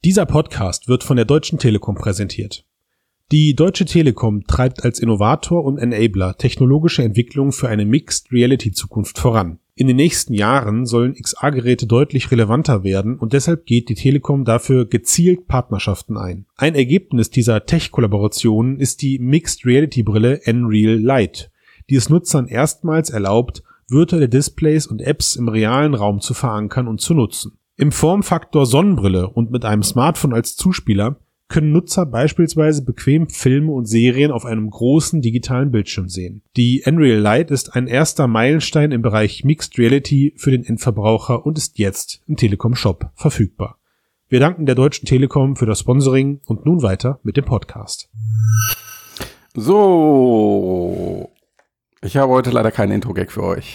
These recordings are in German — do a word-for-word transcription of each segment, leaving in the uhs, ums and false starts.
Dieser Podcast wird von der Deutschen Telekom präsentiert. Die Deutsche Telekom treibt als Innovator und Enabler technologische Entwicklungen für eine Mixed-Reality-Zukunft voran. In den nächsten Jahren sollen X R-Geräte deutlich relevanter werden und deshalb geht die Telekom dafür gezielt Partnerschaften ein. Ein Ergebnis dieser Tech-Kollaborationen ist die Mixed-Reality-Brille Nreal Lite, die es Nutzern erstmals erlaubt, virtuelle Displays und Apps im realen Raum zu verankern und zu nutzen. Im Formfaktor Sonnenbrille und mit einem Smartphone als Zuspieler können Nutzer beispielsweise bequem Filme und Serien auf einem großen digitalen Bildschirm sehen. Die Nreal Lite ist ein erster Meilenstein im Bereich Mixed Reality für den Endverbraucher und ist jetzt im Telekom Shop verfügbar. Wir danken der Deutschen Telekom für das Sponsoring und nun weiter mit dem Podcast. So, ich habe heute leider keinen Intro-Gag für euch.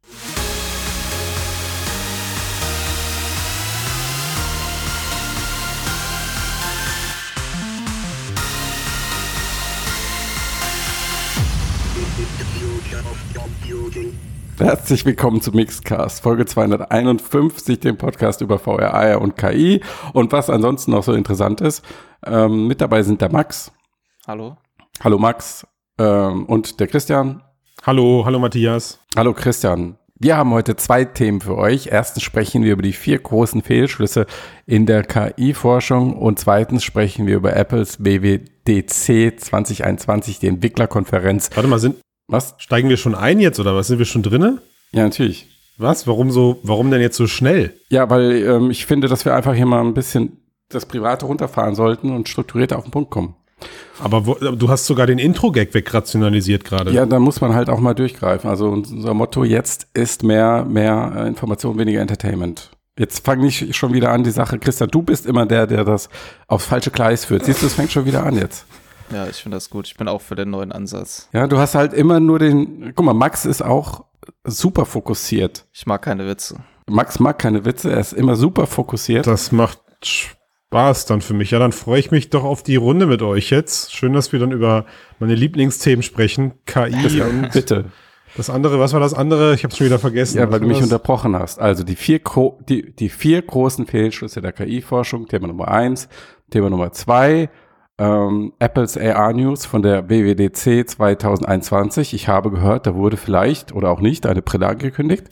Herzlich willkommen zu Mixcast, Folge zweihunderteinundfünfzig, dem Podcast über V R, A R und K I und was ansonsten noch so interessant ist. Ähm, mit dabei sind der Max. Hallo. Hallo Max. Ähm, und der Christian. Hallo, hallo Matthias. Hallo Christian. Wir haben heute zwei Themen für euch. Erstens sprechen wir über die vier großen Fehlschlüsse in der K I-Forschung und zweitens sprechen wir über Apples W W D C zwanzig einundzwanzig, die Entwicklerkonferenz. Warte mal, sind Was? Steigen wir schon ein jetzt oder was? Sind wir schon drinne? Ja, natürlich. Was? Warum so, warum denn jetzt so schnell? Ja, weil ähm, ich finde, dass wir einfach hier mal ein bisschen das Private runterfahren sollten und strukturiert auf den Punkt kommen. Aber wo, du hast sogar den Intro-Gag wegrationalisiert gerade. Ja, da muss man halt auch mal durchgreifen. Also unser Motto jetzt ist mehr, mehr äh, Information, weniger Entertainment. Jetzt fang nicht schon wieder an, die Sache. Christian, du bist immer der, der das aufs falsche Gleis führt. Siehst du, es fängt schon wieder an jetzt. Ja, ich finde das gut. Ich bin auch für den neuen Ansatz. Ja, du hast halt immer nur den, guck mal, Max ist auch super fokussiert. Ich mag keine Witze. Max mag keine Witze, er ist immer super fokussiert. Das macht Spaß dann für mich. Ja, dann freue ich mich doch auf die Runde mit euch jetzt. Schön, dass wir dann über meine Lieblingsthemen sprechen. K I und bitte. Das andere, was war das andere? Ich habe es schon wieder vergessen. Ja, weil was du mich das? unterbrochen hast. Also die vier, die, die vier großen Fehlschlüsse der K I-Forschung. Thema Nummer eins, Thema Nummer zwei. Ähm, Apples A R News von der W W D C zwanzig einundzwanzig. Ich habe gehört, da wurde vielleicht oder auch nicht eine Brille angekündigt.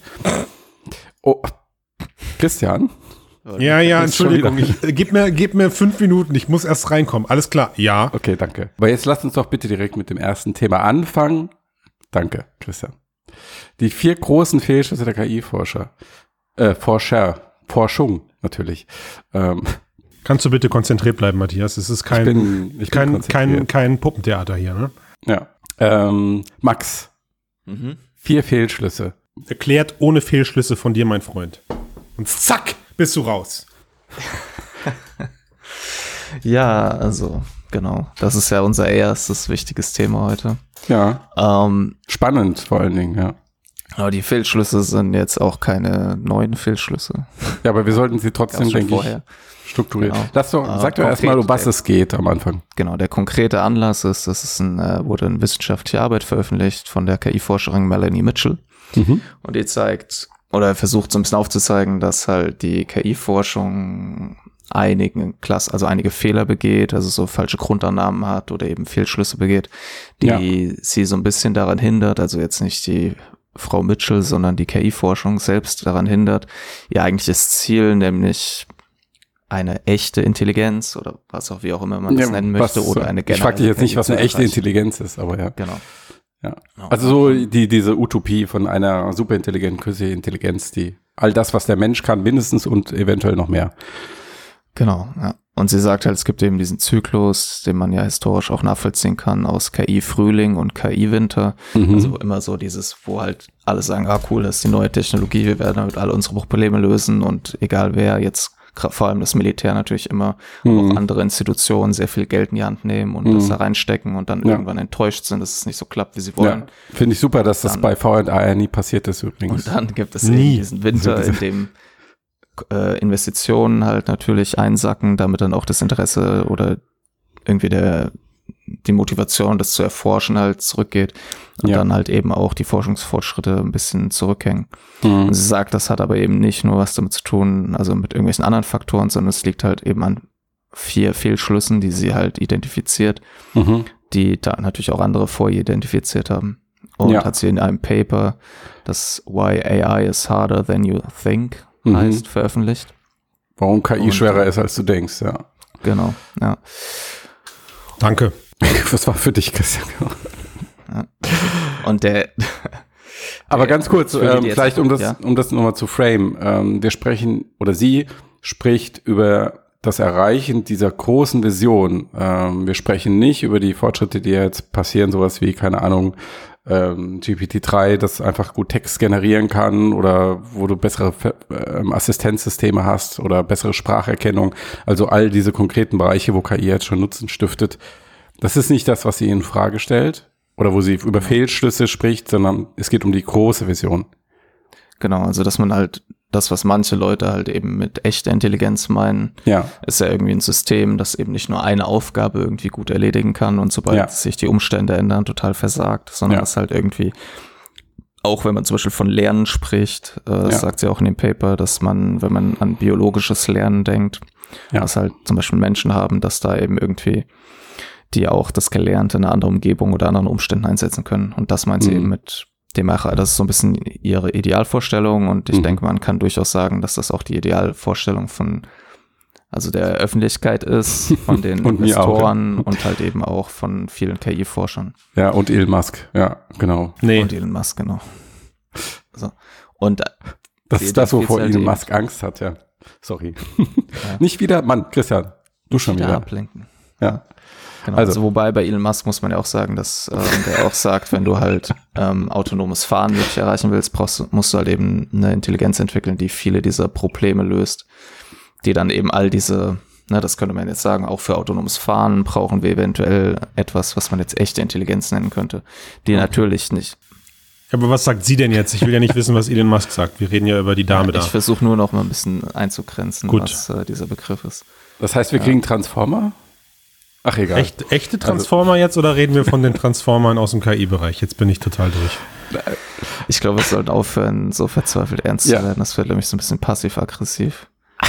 Oh, Christian? Ja, ja, Entschuldigung. Ich, äh, gib, mir, gib mir fünf Minuten, ich muss erst reinkommen. Alles klar, ja. Okay, danke. Aber jetzt lasst uns doch bitte direkt mit dem ersten Thema anfangen. Danke, Christian. Die vier großen Fehlschlüsse der K I-Forscher. Äh, Forscher. Forschung, natürlich. Ähm, Kannst du bitte konzentriert bleiben, Matthias? Es ist kein, ich bin, ich kein, bin kein, kein Puppentheater hier, ne? Ja. Ähm, Max, mhm. vier Fehlschlüsse. Erklärt ohne Fehlschlüsse von dir, mein Freund. Und zack, bist du raus. Ja, also, genau. Das ist ja unser erstes wichtiges Thema heute. Ja. Ähm, Spannend vor allen Dingen, ja. Aber die Fehlschlüsse sind jetzt auch keine neuen Fehlschlüsse. Ja, aber wir sollten sie trotzdem, denke vorher. ich, strukturieren. Genau. Lass doch, äh, sag doch erstmal, um was es geht am Anfang. Genau, der konkrete Anlass ist, dass es ein, äh, wurde eine wissenschaftliche Arbeit veröffentlicht von der K I-Forscherin Melanie Mitchell. Mhm. Und die zeigt, oder versucht so ein bisschen aufzuzeigen, dass halt die K I-Forschung einigen Klass, also einige Fehler begeht, also so falsche Grundannahmen hat oder eben Fehlschlüsse begeht, die ja. sie so ein bisschen daran hindert, also jetzt nicht die Frau Mitchell, sondern die K I-Forschung selbst daran hindert, ihr eigentliches Ziel, nämlich eine echte Intelligenz oder was auch wie auch immer man das ja, nennen möchte was, oder eine generelle. Ich frage dich jetzt nicht, was eine echte Intelligenz ist, aber ja. Genau. Ja. Also so die diese Utopie von einer superintelligenten künstlichen Intelligenz, die all das, was der Mensch kann, mindestens und eventuell noch mehr. Genau, ja. Und sie sagt halt, es gibt eben diesen Zyklus, den man ja historisch auch nachvollziehen kann, aus K I-Frühling und K I-Winter. Mhm. Also immer so dieses, wo halt alle sagen, ah cool, das ist die neue Technologie, wir werden damit alle unsere Probleme lösen und egal wer, jetzt vor allem das Militär natürlich immer, mhm. auch andere Institutionen sehr viel Geld in die Hand nehmen und mhm. das da reinstecken und dann ja. irgendwann enttäuscht sind, dass es nicht so klappt, wie sie wollen. Ja. Finde ich super, dass dann, das bei V und A R nie passiert ist übrigens. Und dann gibt es nie. eben diesen Winter, in dem Äh, Investitionen halt natürlich einsacken, damit dann auch das Interesse oder irgendwie der die Motivation, das zu erforschen, halt zurückgeht und ja. dann halt eben auch die Forschungsfortschritte ein bisschen zurückhängen. Mhm. Und sie sagt, das hat aber eben nicht nur was damit zu tun, also mit irgendwelchen anderen Faktoren, sondern es liegt halt eben an vier Fehlschlüssen, die sie halt identifiziert, Mhm. die da natürlich auch andere voridentifiziert haben. Und Ja. hat sie in einem Paper, das Why A I is harder than you think Mhm. heißt, veröffentlicht. Warum K I Und, schwerer äh, ist, als du denkst, ja. Genau, ja. Danke. Was war für dich, Christian? Und der, Aber ganz kurz, Entschuldige, ähm, jetzt- vielleicht um das, ja. um das nochmal zu frame. Ähm, wir sprechen, oder sie spricht über das Erreichen dieser großen Vision. Ähm, wir sprechen nicht über die Fortschritte, die jetzt passieren, sowas wie, keine Ahnung, ähm, G P T drei, das einfach gut Text generieren kann oder wo du bessere ähm, Assistenzsysteme hast oder bessere Spracherkennung. Also all diese konkreten Bereiche, wo K I jetzt schon Nutzen stiftet. Das ist nicht das, was sie in Frage stellt oder wo sie über Fehlschlüsse spricht, sondern es geht um die große Vision. genau, also dass man halt das, was manche Leute halt eben mit echter Intelligenz meinen, Ja, ist ja irgendwie ein System, das eben nicht nur eine Aufgabe irgendwie gut erledigen kann und sobald Ja. sich die Umstände ändern, total versagt, sondern Ja. das halt irgendwie, auch wenn man zum Beispiel von Lernen spricht, äh, Ja. sagt sie auch in dem Paper, dass man, wenn man an biologisches Lernen denkt, Ja. was halt zum Beispiel Menschen haben, dass da eben irgendwie die auch das Gelernte in einer anderen Umgebung oder anderen Umständen einsetzen können. Und das meint sie Mhm. eben mit dem Macher. Das ist so ein bisschen ihre Idealvorstellung und ich Mhm. denke, man kann durchaus sagen, dass das auch die Idealvorstellung von also der Öffentlichkeit ist, von den Und mir auch, Investoren und halt eben auch von vielen K I-Forschern. ja, und Elon Musk, ja, genau. Nee. Und Elon Musk, genau. So. Und Das Die ist das, wovor identifiziert Elon halt Musk Angst hat, ja. Sorry. Nicht wieder, Mann, Christian, du schon wieder wieder. ablenken. Ja. Genau, Also- also, wobei bei Elon Musk muss man ja auch sagen, dass ähm, der auch sagt, wenn du halt ähm, autonomes Fahren wirklich erreichen willst, brauchst, du- musst du halt eben eine Intelligenz entwickeln, die viele dieser Probleme löst, die dann eben all diese, ne, das könnte man jetzt sagen, auch für autonomes Fahren brauchen wir eventuell etwas, was man jetzt echte Intelligenz nennen könnte, die natürlich nicht. Aber was sagt sie denn jetzt? Ich will ja nicht wissen, was Elon Musk sagt. Wir reden ja über die Dame da. Ich versuche nur noch mal ein bisschen einzugrenzen, Gut. was äh, dieser Begriff ist. Das heißt, wir kriegen Transformer? Ach, egal. Echt, echte Transformer jetzt oder reden wir von den Transformern aus dem K I-Bereich? Jetzt bin ich total durch. Ich glaube, wir sollten aufhören, so verzweifelt ernst Ja. zu werden. Das wird nämlich so ein bisschen passiv-aggressiv.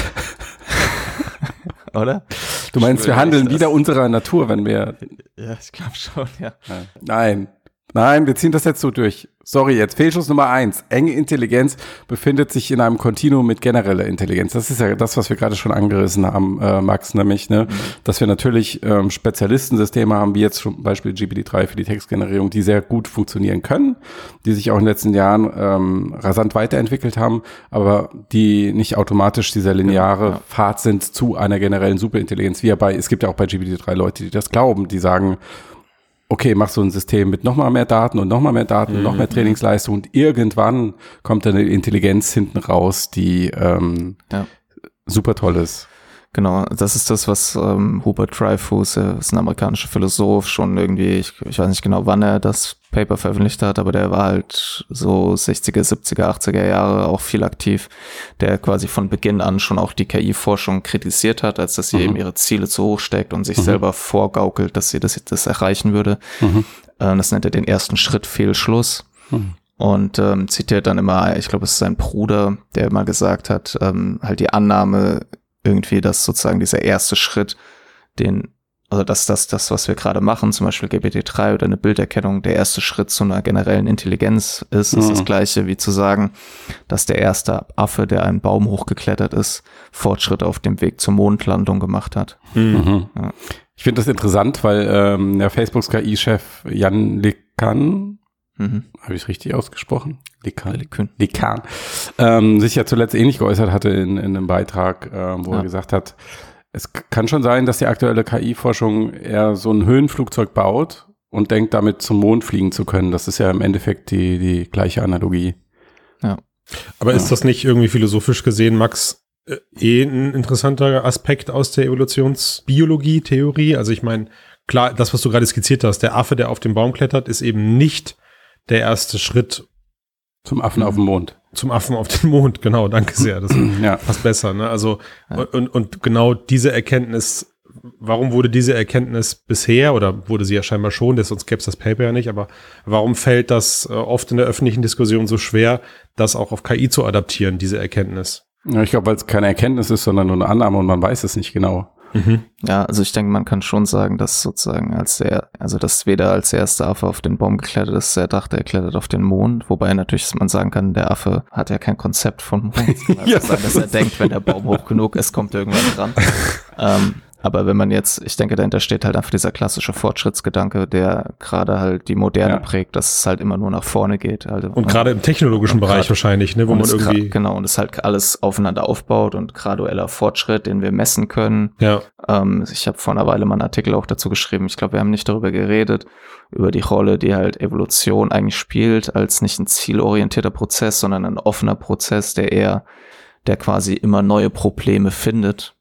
Oder? Du meinst, wir Schwöre handeln ich das. wieder unserer Natur, wenn wir... Ja, ich glaube schon, ja. Nein. Nein, wir ziehen das jetzt so durch. Sorry, jetzt Fehlschluss Nummer eins. Enge Intelligenz befindet sich in einem Kontinuum mit genereller Intelligenz. Das ist ja das, was wir gerade schon angerissen haben, äh, Max, nämlich, ne, dass wir natürlich ähm, Spezialistensysteme haben, wie jetzt zum Beispiel G P T drei für die Textgenerierung, die sehr gut funktionieren können, die sich auch in den letzten Jahren ähm, rasant weiterentwickelt haben, aber die nicht automatisch dieser lineare Ja, ja. Pfad sind zu einer generellen Superintelligenz. Wie ja bei, es gibt ja auch bei G P T drei Leute, die das glauben, die sagen, okay, mach so ein System mit noch mal mehr Daten und noch mal mehr Daten und noch mehr Trainingsleistung und irgendwann kommt dann eine Intelligenz hinten raus, die ähm, Ja. super toll ist. Genau, das ist das, was ähm, Hubert Dreyfus, er ist ein amerikanischer Philosoph, schon irgendwie, ich, ich weiß nicht genau, wann er das Paper veröffentlicht hat, aber der war halt so sechziger, siebziger, achtziger Jahre auch viel aktiv, der quasi von Beginn an schon auch die K I-Forschung kritisiert hat, als dass sie Mhm. eben ihre Ziele zu hoch steckt und sich Mhm. selber vorgaukelt, dass sie das, das erreichen würde. Mhm. Äh, das nennt er den ersten Schritt Fehlschluss. Mhm. Und ähm, zitiert dann immer, ich glaube, es ist sein Bruder, der mal gesagt hat, ähm, halt die Annahme irgendwie, dass sozusagen dieser erste Schritt, den, also dass das, das, was wir gerade machen, zum Beispiel G P T drei oder eine Bilderkennung, der erste Schritt zu einer generellen Intelligenz ist, ist Mhm. das Gleiche wie zu sagen, dass der erste Affe, der einen Baum hochgeklettert ist, Fortschritte auf dem Weg zur Mondlandung gemacht hat. Mhm. Ja. Ich finde das interessant, weil ähm, der Facebooks K I-Chef Jan LeCun, Mhm. habe ich es richtig ausgesprochen? LeCun. LeCun. LeCun, ähm, sich ja zuletzt ähnlich geäußert hatte in, in einem Beitrag, ähm, wo Ja. er gesagt hat, es k- kann schon sein, dass die aktuelle K I-Forschung eher so ein Höhenflugzeug baut und denkt, damit zum Mond fliegen zu können. Das ist ja im Endeffekt die, die gleiche Analogie. Aber ist das nicht irgendwie philosophisch gesehen, Max, äh, eh ein interessanter Aspekt aus der Evolutionsbiologie-Theorie? Also ich meine, klar, das, was du gerade skizziert hast, der Affe, der auf den Baum klettert, ist eben nicht der erste Schritt Zum Affen auf dem Mond. zum Affen auf den Mond. Genau, danke sehr. Das Ja. passt besser. Ne? Also Ja. und, und genau diese Erkenntnis, warum wurde diese Erkenntnis bisher, oder wurde sie ja scheinbar schon, das, sonst gäbe es das Paper ja nicht, aber warum fällt das äh, oft in der öffentlichen Diskussion so schwer, das auch auf K I zu adaptieren, diese Erkenntnis? Ja, ich glaube, weil es keine Erkenntnis ist, sondern nur eine Annahme und man weiß es nicht genau. Mhm. Ja, also ich denke, man kann schon sagen, dass sozusagen als der, also dass weder als der erste Affe auf den Baum geklettert ist, der dachte, er klettert auf den Mond, wobei natürlich man sagen kann, der Affe hat ja kein Konzept von Mond. Ja. Sagen, dass er denkt, wenn der Baum hoch genug ist, kommt er irgendwann dran. ähm, aber wenn man jetzt, ich denke, dahinter steht halt einfach dieser klassische Fortschrittsgedanke, der gerade halt die Moderne Ja. prägt, dass es halt immer nur nach vorne geht. Also, Und gerade im technologischen und Bereich grad- wahrscheinlich, ne, wo und man es irgendwie, gra- genau, und es halt alles aufeinander aufbaut und gradueller Fortschritt, den wir messen können. ja, Ähm, ich habe vor einer Weile mal einen Artikel auch dazu geschrieben. Ich glaube, wir haben nicht darüber geredet, über die Rolle, die halt Evolution eigentlich spielt, als nicht ein zielorientierter Prozess, sondern ein offener Prozess, der eher, der quasi immer neue Probleme findet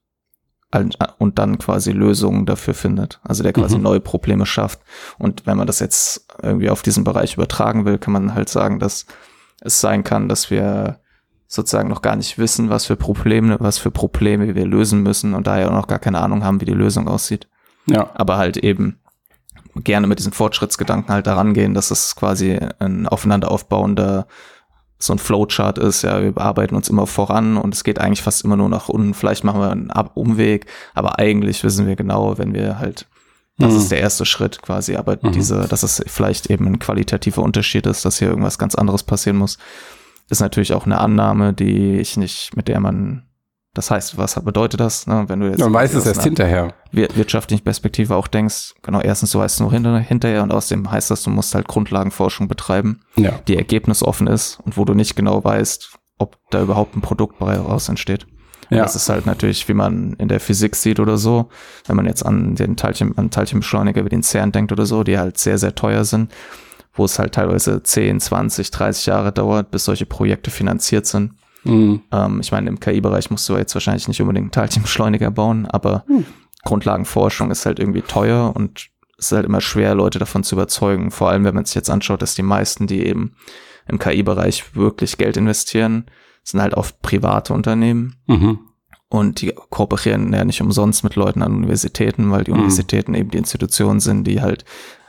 und dann quasi Lösungen dafür findet. Also der quasi Mhm. neue Probleme schafft. Und wenn man das jetzt irgendwie auf diesen Bereich übertragen will, kann man halt sagen, dass es sein kann, dass wir sozusagen noch gar nicht wissen, was für Probleme, was für Probleme wir lösen müssen und daher auch noch gar keine Ahnung haben, wie die Lösung aussieht. Ja. Aber halt eben gerne mit diesem Fortschrittsgedanken halt daran gehen, dass es quasi ein aufeinander aufbauender so ein Flowchart ist, ja, wir arbeiten uns immer voran und es geht eigentlich fast immer nur nach unten. Vielleicht machen wir einen Ab- Umweg, aber eigentlich wissen wir genau, wenn wir halt, das Mhm. ist der erste Schritt quasi, aber Mhm. diese, dass es vielleicht eben ein qualitativer Unterschied ist, dass hier irgendwas ganz anderes passieren muss, ist natürlich auch eine Annahme, die ich nicht, mit der man, das heißt, was bedeutet das, ne? Wenn du jetzt Man weiß es aus erst einer hinterher. wir- wirtschaftlichen Perspektive auch denkst, genau, erstens, du weißt es nur hinter, hinterher und außerdem heißt das, du musst halt Grundlagenforschung betreiben, Ja. die ergebnisoffen ist und wo du nicht genau weißt, ob da überhaupt ein Produkt raus entsteht. Und Ja. das ist halt natürlich, wie man in der Physik sieht oder so, wenn man jetzt an den Teilchen, an Teilchenbeschleuniger wie den CERN denkt oder so, die halt sehr, sehr teuer sind, wo es halt teilweise zehn, zwanzig, dreißig Jahre dauert, bis solche Projekte finanziert sind. Mhm. Ähm, ich meine, im K I-Bereich musst du jetzt wahrscheinlich nicht unbedingt einen Teilchenbeschleuniger bauen, aber Hm. Grundlagenforschung ist halt irgendwie teuer und es ist halt immer schwer, Leute davon zu überzeugen. Vor allem, wenn man sich jetzt anschaut, dass die meisten, die eben im K I-Bereich wirklich Geld investieren, sind halt oft private Unternehmen Mhm. und die kooperieren ja nicht umsonst mit Leuten an Universitäten, weil die Mhm. Universitäten eben die Institutionen sind, die halt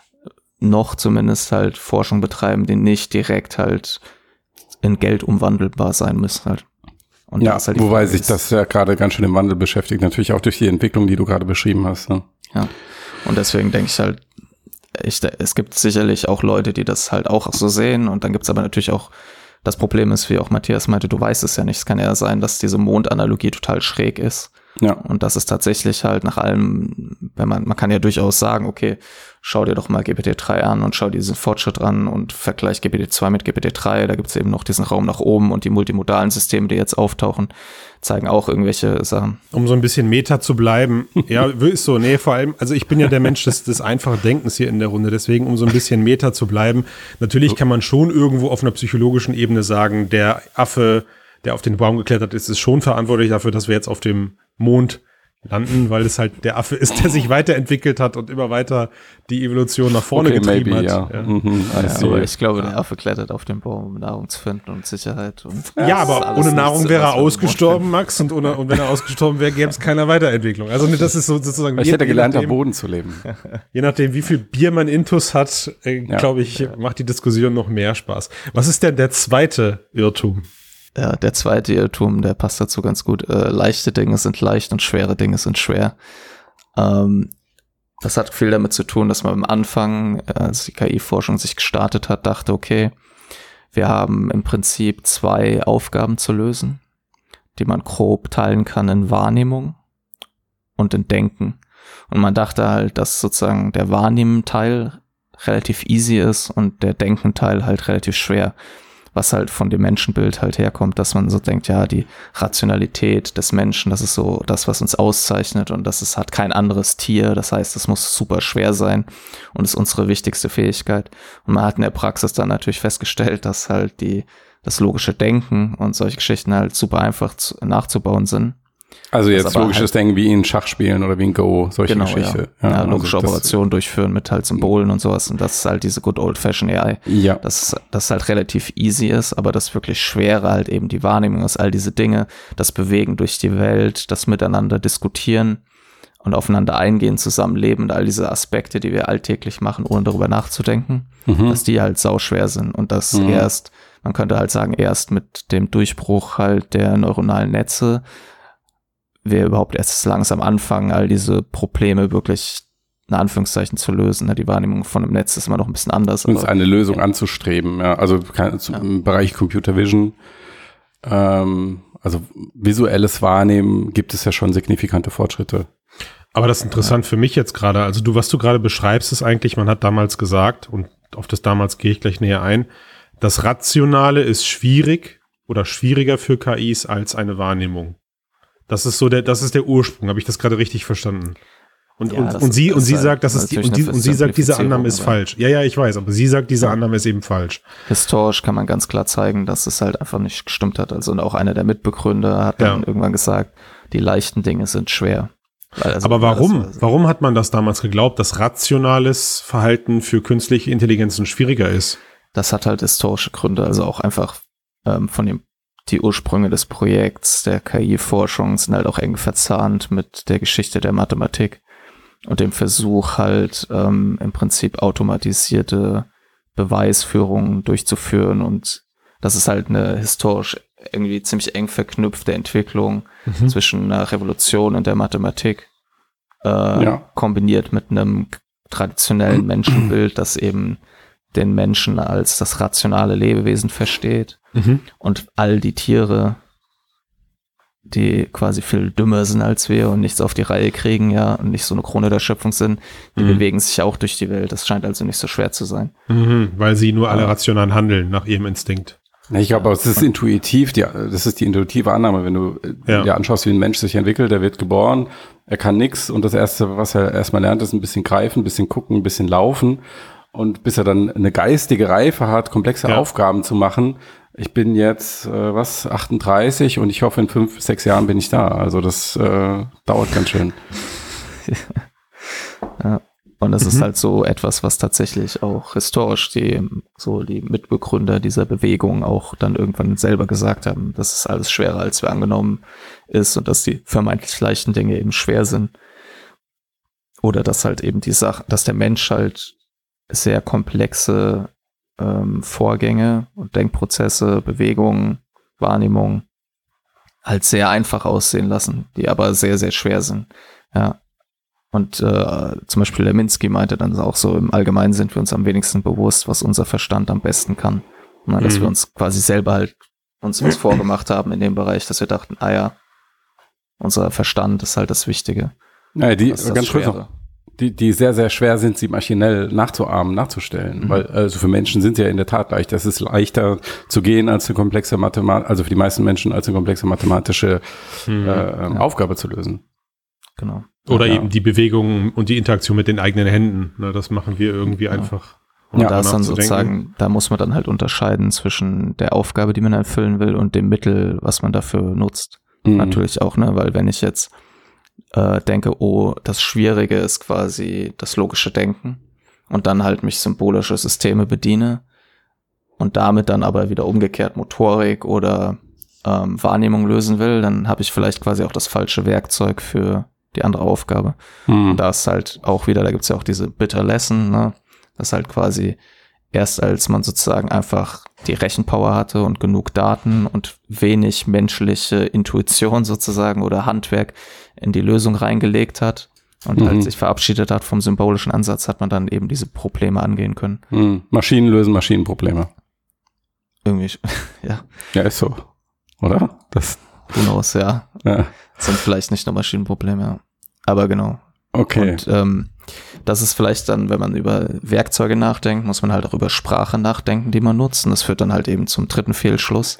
noch zumindest halt Forschung betreiben, die nicht direkt halt in Geld umwandelbar sein müssen halt. Und da Ja, ist halt die wobei Frage, sich ist- das ja gerade ganz schön im Wandel beschäftigt. Natürlich auch durch die Entwicklung, die du gerade beschrieben hast. Ne? Ja, und deswegen denke ich halt, ich, es gibt sicherlich auch Leute, die das halt auch so sehen und dann gibt es aber natürlich auch, das Problem ist, wie auch Matthias meinte, du weißt es ja nicht, es kann ja sein, dass diese Mondanalogie total schräg ist Ja. und das ist tatsächlich halt nach allem, wenn man, man kann ja durchaus sagen, okay, schau dir doch mal G P T drei an und schau dir diesen Fortschritt an und vergleich G P T zwei mit G P T drei, da gibt es eben noch diesen Raum nach oben und die multimodalen Systeme, die jetzt auftauchen, zeigen auch irgendwelche Sachen. um so ein bisschen Meta zu bleiben. Ja, ist so. Nee, vor allem, also ich bin ja der Mensch des, des einfachen Denkens hier in der Runde, deswegen, um so ein bisschen Meta zu bleiben. Natürlich kann man schon irgendwo auf einer psychologischen Ebene sagen, der Affe, der auf den Baum geklettert ist, ist schon verantwortlich dafür, dass wir jetzt auf dem Mond landen, weil es halt der Affe ist, der sich weiterentwickelt hat und immer weiter die Evolution nach vorne Okay, getrieben maybe, hat. ja. Ja. Mhm, I Ja, see. aber ich glaube, der Affe klettert auf den Baum, um Nahrung zu finden und Sicherheit. Und Ja, das ist aber alles ohne nichts, Nahrung wäre was er wir im ausgestorben, Max, und, ohne, und wenn er ausgestorben wäre, gäbe es keine Weiterentwicklung. Also ne, das ist so sozusagen. Ich je- hätte je gelernt, am nachdem- Boden zu leben. Je nachdem, wie viel Bier man intus hat, äh, Ja. glaube ich, macht die Diskussion noch mehr Spaß. Was ist denn der zweite Irrtum? Ja, der zweite Irrtum, der passt dazu ganz gut. Äh, leichte Dinge sind leicht und schwere Dinge sind schwer. Ähm, das hat viel damit zu tun, dass man am Anfang, als die K I-Forschung sich gestartet hat, dachte, okay, wir haben im Prinzip zwei Aufgaben zu lösen, die man grob teilen kann in Wahrnehmung und in Denken. Und man dachte halt, dass sozusagen der Wahrnehmen-Teil relativ easy ist und der Denken-Teil halt relativ schwer. Was halt von dem Menschenbild halt herkommt, dass man so denkt, ja, die Rationalität des Menschen, das ist so das, was uns auszeichnet und das ist, hat kein anderes Tier, das heißt, es muss super schwer sein und ist unsere wichtigste Fähigkeit. Und man hat in der Praxis dann natürlich festgestellt, dass halt die, das logische Denken und solche Geschichten halt super einfach zu, nachzubauen sind. Also Das jetzt aber logisches halt- Denken wie in Schach spielen oder wie in Go, solche Genau, Geschichte. ja. Ja, also logische das- Operationen durchführen mit halt Symbolen und sowas und das ist halt diese good old fashioned A I. Ja. dass das halt relativ easy ist, aber das wirklich Schwere halt eben die Wahrnehmung ist, all diese Dinge, das Bewegen durch die Welt, das Miteinander diskutieren und aufeinander eingehen, zusammenleben, all diese Aspekte, die wir alltäglich machen, ohne darüber nachzudenken, Mhm. dass die halt sauschwer sind und das Mhm. erst, man könnte halt sagen, erst mit dem Durchbruch halt der neuronalen Netze wir überhaupt erst langsam anfangen, all diese Probleme wirklich in Anführungszeichen zu lösen. Die Wahrnehmung von dem Netz ist immer noch ein bisschen anders. Uns eine Lösung ja. anzustreben, ja. Also kann, ja. im Bereich Computer Vision, ähm, also visuelles Wahrnehmen, gibt es ja schon signifikante Fortschritte. Aber das ist interessant ja. für mich jetzt gerade. Also du, was du gerade beschreibst, ist eigentlich, man hat damals gesagt, und auf das damals gehe ich gleich näher ein, das Rationale ist schwierig oder schwieriger für K Is als eine Wahrnehmung. Das ist so der, das ist der Ursprung. Habe ich das gerade richtig verstanden? Und, ja, und, und sie, und sie sagt, das ist die, und, die, und sie sagt, diese Annahme ist falsch. Ja, ja, ich weiß, aber sie sagt, diese ja. Annahme ist eben falsch. Historisch kann man ganz klar zeigen, dass es halt einfach nicht gestimmt hat. Also, und auch einer der Mitbegründer hat dann ja. irgendwann gesagt, die leichten Dinge sind schwer. Also, aber warum? Also, warum hat man das damals geglaubt, dass rationales Verhalten für künstliche Intelligenzen schwieriger ist? Das hat halt historische Gründe, also auch einfach ähm, von dem die Ursprünge des Projekts der K I-Forschung sind halt auch eng verzahnt mit der Geschichte der Mathematik und dem Versuch halt ähm, im Prinzip automatisierte Beweisführungen durchzuführen, und das ist halt eine historisch irgendwie ziemlich eng verknüpfte Entwicklung mhm. zwischen einer Revolution in der Mathematik äh, ja. kombiniert mit einem traditionellen Menschenbild, das eben den Menschen als das rationale Lebewesen versteht mhm. und all die Tiere, die quasi viel dümmer sind als wir und nichts auf die Reihe kriegen, ja, und nicht so eine Krone der Schöpfung sind, die mhm. bewegen sich auch durch die Welt. Das scheint also nicht so schwer zu sein. Mhm, weil sie nur alle ja. rational handeln, nach ihrem Instinkt. Ich glaube, es ist intuitiv, die, das ist die intuitive Annahme, wenn du ja. dir anschaust, wie ein Mensch sich entwickelt, der wird geboren, er kann nichts, und das Erste, was er erstmal lernt, ist ein bisschen greifen, ein bisschen gucken, ein bisschen laufen. Und bis er dann eine geistige Reife hat, komplexe ja. Aufgaben zu machen. Ich bin jetzt, äh, was, achtunddreißig, und ich hoffe, in fünf, sechs Jahren bin ich da. Also das äh, dauert ganz schön. Ja. Und das mhm. ist halt so etwas, was tatsächlich auch historisch die, so die Mitbegründer dieser Bewegung auch dann irgendwann selber gesagt haben, dass es alles schwerer als wir angenommen ist und dass die vermeintlich leichten Dinge eben schwer sind. Oder dass halt eben die Sache, dass der Mensch halt sehr komplexe ähm, Vorgänge und Denkprozesse, Bewegungen, Wahrnehmungen halt sehr einfach aussehen lassen, die aber sehr, sehr schwer sind. Ja. Und äh, zum Beispiel der Minsky meinte dann auch so, im Allgemeinen sind wir uns am wenigsten bewusst, was unser Verstand am besten kann. Na, dass mhm. wir uns quasi selber halt uns was vorgemacht haben in dem Bereich, dass wir dachten, ah ja, unser Verstand ist halt das Wichtige. Ja, die ganz kurz noch. Die, die sehr, sehr schwer sind, sie maschinell nachzuahmen, nachzustellen. Mhm. Weil, also für Menschen sind sie ja in der Tat leicht. Es ist leichter zu gehen, als eine komplexe Mathematik, also für die meisten Menschen als eine komplexe mathematische mhm. äh, ja. Aufgabe zu lösen. Genau. Oder ja. eben die Bewegung und die Interaktion mit den eigenen Händen. Na, das machen wir irgendwie ja. einfach. Und ja, da ist dann sozusagen, da muss man dann halt unterscheiden zwischen der Aufgabe, die man erfüllen will, und dem Mittel, was man dafür nutzt. Mhm. Natürlich auch, ne, weil wenn ich jetzt äh, denke, oh, das Schwierige ist quasi das logische Denken und dann halt mich symbolische Systeme bediene und damit dann aber wieder umgekehrt Motorik oder ähm, Wahrnehmung lösen will, dann habe ich vielleicht quasi auch das falsche Werkzeug für die andere Aufgabe. Mhm. Und da ist halt auch wieder, da gibt's ja auch diese Bitter Lesson, ne? Das halt quasi erst als man sozusagen einfach die Rechenpower hatte und genug Daten und wenig menschliche Intuition sozusagen oder Handwerk in die Lösung reingelegt hat und mhm. halt sich verabschiedet hat vom symbolischen Ansatz, hat man dann eben diese Probleme angehen können. Mhm. Maschinen lösen Maschinenprobleme. Irgendwie, ja. Ja, ist so. Oder? Das Who knows, ja. ja. Das sind vielleicht nicht nur Maschinenprobleme, ja. Aber genau. Okay. Und ähm, das ist vielleicht dann, wenn man über Werkzeuge nachdenkt, muss man halt auch über Sprache nachdenken, die man nutzt. Und das führt dann halt eben zum dritten Fehlschluss.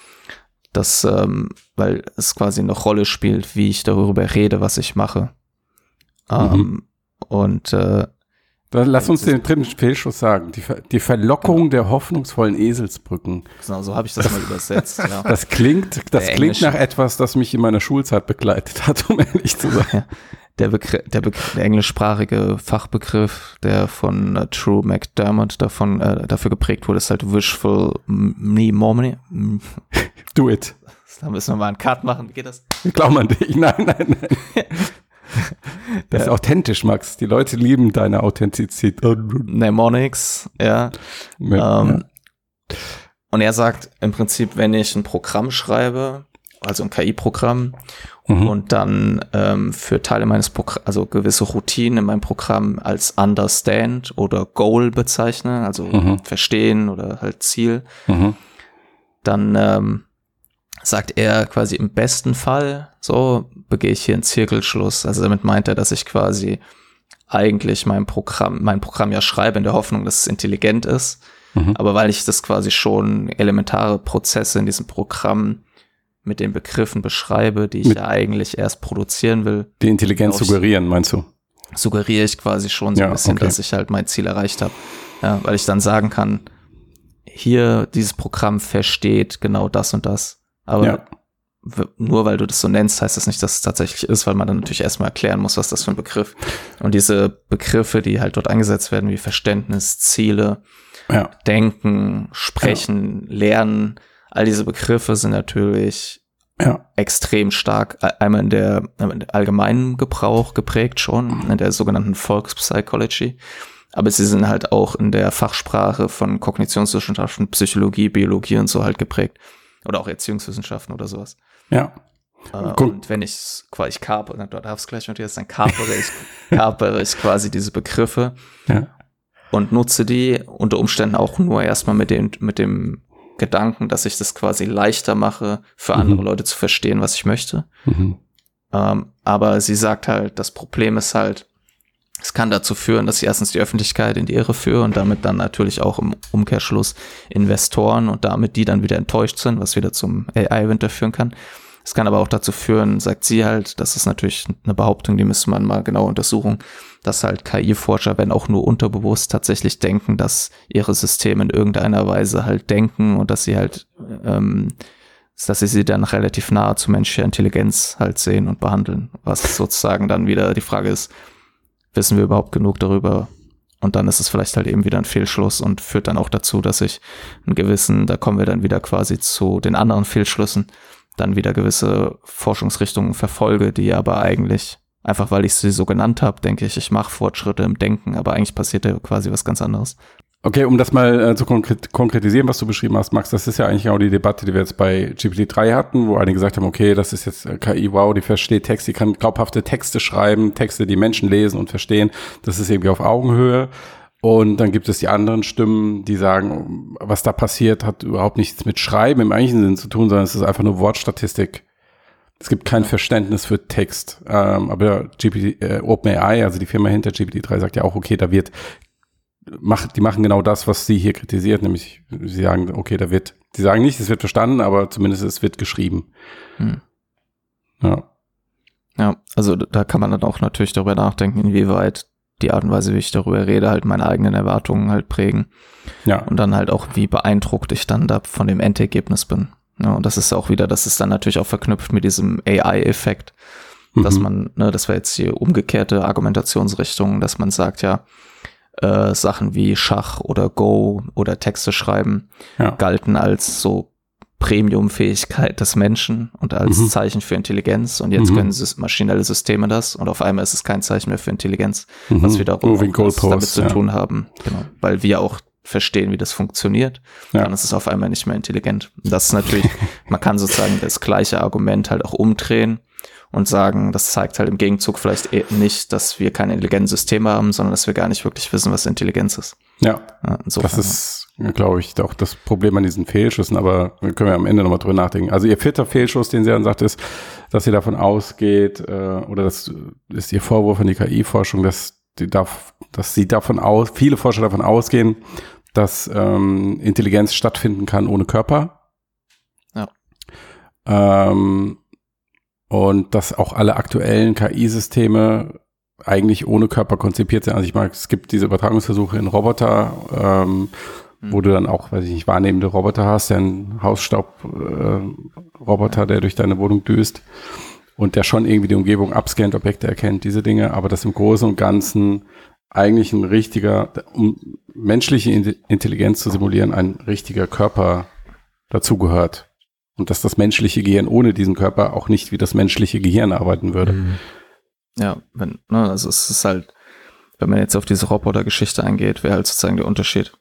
Das, ähm, weil es quasi eine Rolle spielt, wie ich darüber rede, was ich mache. Mhm. Ähm, und äh, Lass uns den dritten Fehlschluss sagen. Die, Ver- die Verlockung der hoffnungsvollen Eselsbrücken. Genau, so habe ich das mal übersetzt. Ja. Das klingt, das klingt nach etwas, das mich in meiner Schulzeit begleitet hat, um ehrlich zu sein. Ja. Der, Begr- der, Begr- der englischsprachige Fachbegriff, der von uh, Drew McDermott davon, äh, dafür geprägt wurde, ist halt Wishful Memory. Do it. Da müssen wir mal einen Cut machen. Wie geht das? Glaub an dich. Nein, nein, nein. Das ist authentisch, Max. Die Leute lieben deine Authentizität. Mnemonics, ja. ja. Ähm, und er sagt im Prinzip, wenn ich ein Programm schreibe, also ein K I-Programm, Mhm. und dann ähm, für Teile meines Programms, also gewisse Routinen in meinem Programm als Understand oder Goal bezeichne, also Mhm. Verstehen oder halt Ziel, Mhm. dann ähm, sagt er quasi im besten Fall, so begehe ich hier einen Zirkelschluss. Also damit meint er, dass ich quasi eigentlich mein Programm, mein Programm ja schreibe in der Hoffnung, dass es intelligent ist. Mhm. Aber weil ich das quasi schon elementare Prozesse in diesem Programm mit den Begriffen beschreibe, die ich Mit ja eigentlich erst produzieren will, Die Intelligenz Glaub ich- suggerieren, meinst du? suggeriere ich quasi schon so ein Ja, bisschen, okay. dass ich halt mein Ziel erreicht habe. Ja, weil ich dann sagen kann, hier, dieses Programm versteht genau das und das. Aber Ja. w- nur weil du das so nennst, heißt das nicht, dass es tatsächlich ist, weil man dann natürlich erstmal erklären muss, was das für ein Begriff. Und diese Begriffe, die halt dort eingesetzt werden, wie Verständnis, Ziele, Ja. Denken, Sprechen, Lernen, all diese Begriffe sind natürlich Ja. extrem stark e- einmal in der, in der allgemeinen Gebrauch geprägt schon, in der sogenannten Volkspsychology, aber sie sind halt auch in der Fachsprache von Kognitionswissenschaften, Psychologie, Biologie und so halt geprägt. Oder auch Erziehungswissenschaften oder sowas. Ja. Äh, Guck. und wenn ich quasi ich kapere, dann du darfst gleich Matthias, dann kapere ich, kapere ich quasi diese Begriffe Ja. und nutze die unter Umständen auch nur erstmal mit dem, mit dem Gedanken, dass ich das quasi leichter mache, für andere Mhm. Leute zu verstehen, was ich möchte. Mhm. Ähm, aber sie sagt halt, das Problem ist halt, es kann dazu führen, dass ich erstens die Öffentlichkeit in die Irre führe und damit dann natürlich auch im Umkehrschluss Investoren und damit die dann wieder enttäuscht sind, was wieder zum A I-Winter führen kann. Es kann aber auch dazu führen, sagt sie halt, das ist natürlich eine Behauptung, die müsste man mal genau untersuchen, dass halt K I-Forscher, wenn auch nur unterbewusst, tatsächlich denken, dass ihre Systeme in irgendeiner Weise halt denken und dass sie halt, ähm, dass sie sie dann relativ nahe zu menschlicher Intelligenz halt sehen und behandeln. Was sozusagen dann wieder die Frage ist, wissen wir überhaupt genug darüber? Und dann ist es vielleicht halt eben wieder ein Fehlschluss und führt dann auch dazu, dass ich einen gewissen, da kommen wir dann wieder quasi zu den anderen Fehlschlüssen, dann wieder gewisse Forschungsrichtungen verfolge, die aber eigentlich, einfach weil ich sie so genannt habe, denke ich, ich mache Fortschritte im Denken, aber eigentlich passiert ja quasi was ganz anderes. Okay, um das mal äh, zu konkret konkretisieren, was du beschrieben hast, Max, das ist ja eigentlich genau die Debatte, die wir jetzt bei G P T drei hatten, wo einige gesagt haben, okay, das ist jetzt äh, K I, wow, die versteht Text, die kann glaubhafte Texte schreiben, Texte, die Menschen lesen und verstehen, das ist irgendwie auf Augenhöhe. Und dann gibt es die anderen Stimmen, die sagen, was da passiert, hat überhaupt nichts mit Schreiben im eigentlichen Sinn zu tun, sondern es ist einfach nur Wortstatistik. Es gibt kein Verständnis für Text. Ähm, aber G P T, äh, OpenAI, also die Firma hinter G P T drei, sagt ja auch, okay, da wird Macht, die machen genau das, was sie hier kritisiert, nämlich sie sagen, okay, da wird, die sagen nicht, es wird verstanden, aber zumindest es wird geschrieben. Hm. Ja. Ja, also da kann man dann auch natürlich darüber nachdenken, inwieweit die Art und Weise, wie ich darüber rede, halt meine eigenen Erwartungen halt prägen. Ja. Und dann halt auch, wie beeindruckt ich dann da von dem Endergebnis bin. Ja, und das ist auch wieder, das ist dann natürlich auch verknüpft mit diesem A I-Effekt, dass Mhm. man, ne, das wäre jetzt die umgekehrte Argumentationsrichtung, dass man sagt, ja, äh, Sachen wie Schach oder Go oder Texte schreiben Ja. galten als so Premium-Fähigkeit des Menschen und als Mhm. Zeichen für Intelligenz. Und jetzt Mhm. können sys- maschinelle Systeme das und auf einmal ist es kein Zeichen mehr für Intelligenz, Mhm. was wiederum Moving auch was damit Goalposts, zu ja. tun haben. Genau, weil wir auch verstehen, wie das funktioniert. Ja. Dann ist es auf einmal nicht mehr intelligent. Das ist natürlich, man kann sozusagen das gleiche Argument halt auch umdrehen und sagen, das zeigt halt im Gegenzug vielleicht eh nicht, dass wir keine intelligenten Systeme haben, sondern dass wir gar nicht wirklich wissen, was Intelligenz ist. Ja. Ja, insofern, Das ist, glaube ich, auch das Problem an diesen Fehlschüssen, aber wir können ja am Ende nochmal drüber nachdenken. Also ihr vierter Fehlschuss, den sie dann sagt, ist, dass sie davon ausgeht, äh, oder das ist ihr Vorwurf an die K I-Forschung, dass die darf, dass sie davon aus, viele Forscher davon ausgehen, dass ähm, Intelligenz stattfinden kann ohne Körper. Ja. Ähm, und dass auch alle aktuellen K I-Systeme eigentlich ohne Körper konzipiert sind. Also ich mag, es gibt diese Übertragungsversuche in Roboter, ähm, Mhm. wo du dann auch, weiß ich nicht, wahrnehmende Roboter hast, der ein Hausstaub-Roboter, äh, der durch deine Wohnung düst und der schon irgendwie die Umgebung abscannt, Objekte erkennt, diese Dinge, aber das im Großen und Ganzen eigentlich ein richtiger, um menschliche Intelligenz zu simulieren, ein richtiger Körper dazugehört. Und dass das menschliche Gehirn ohne diesen Körper auch nicht wie das menschliche Gehirn arbeiten würde. Mhm. Ja, wenn, ne, also es ist halt, wenn man jetzt auf diese Roboter-Geschichte eingeht, wäre halt sozusagen der Unterschied.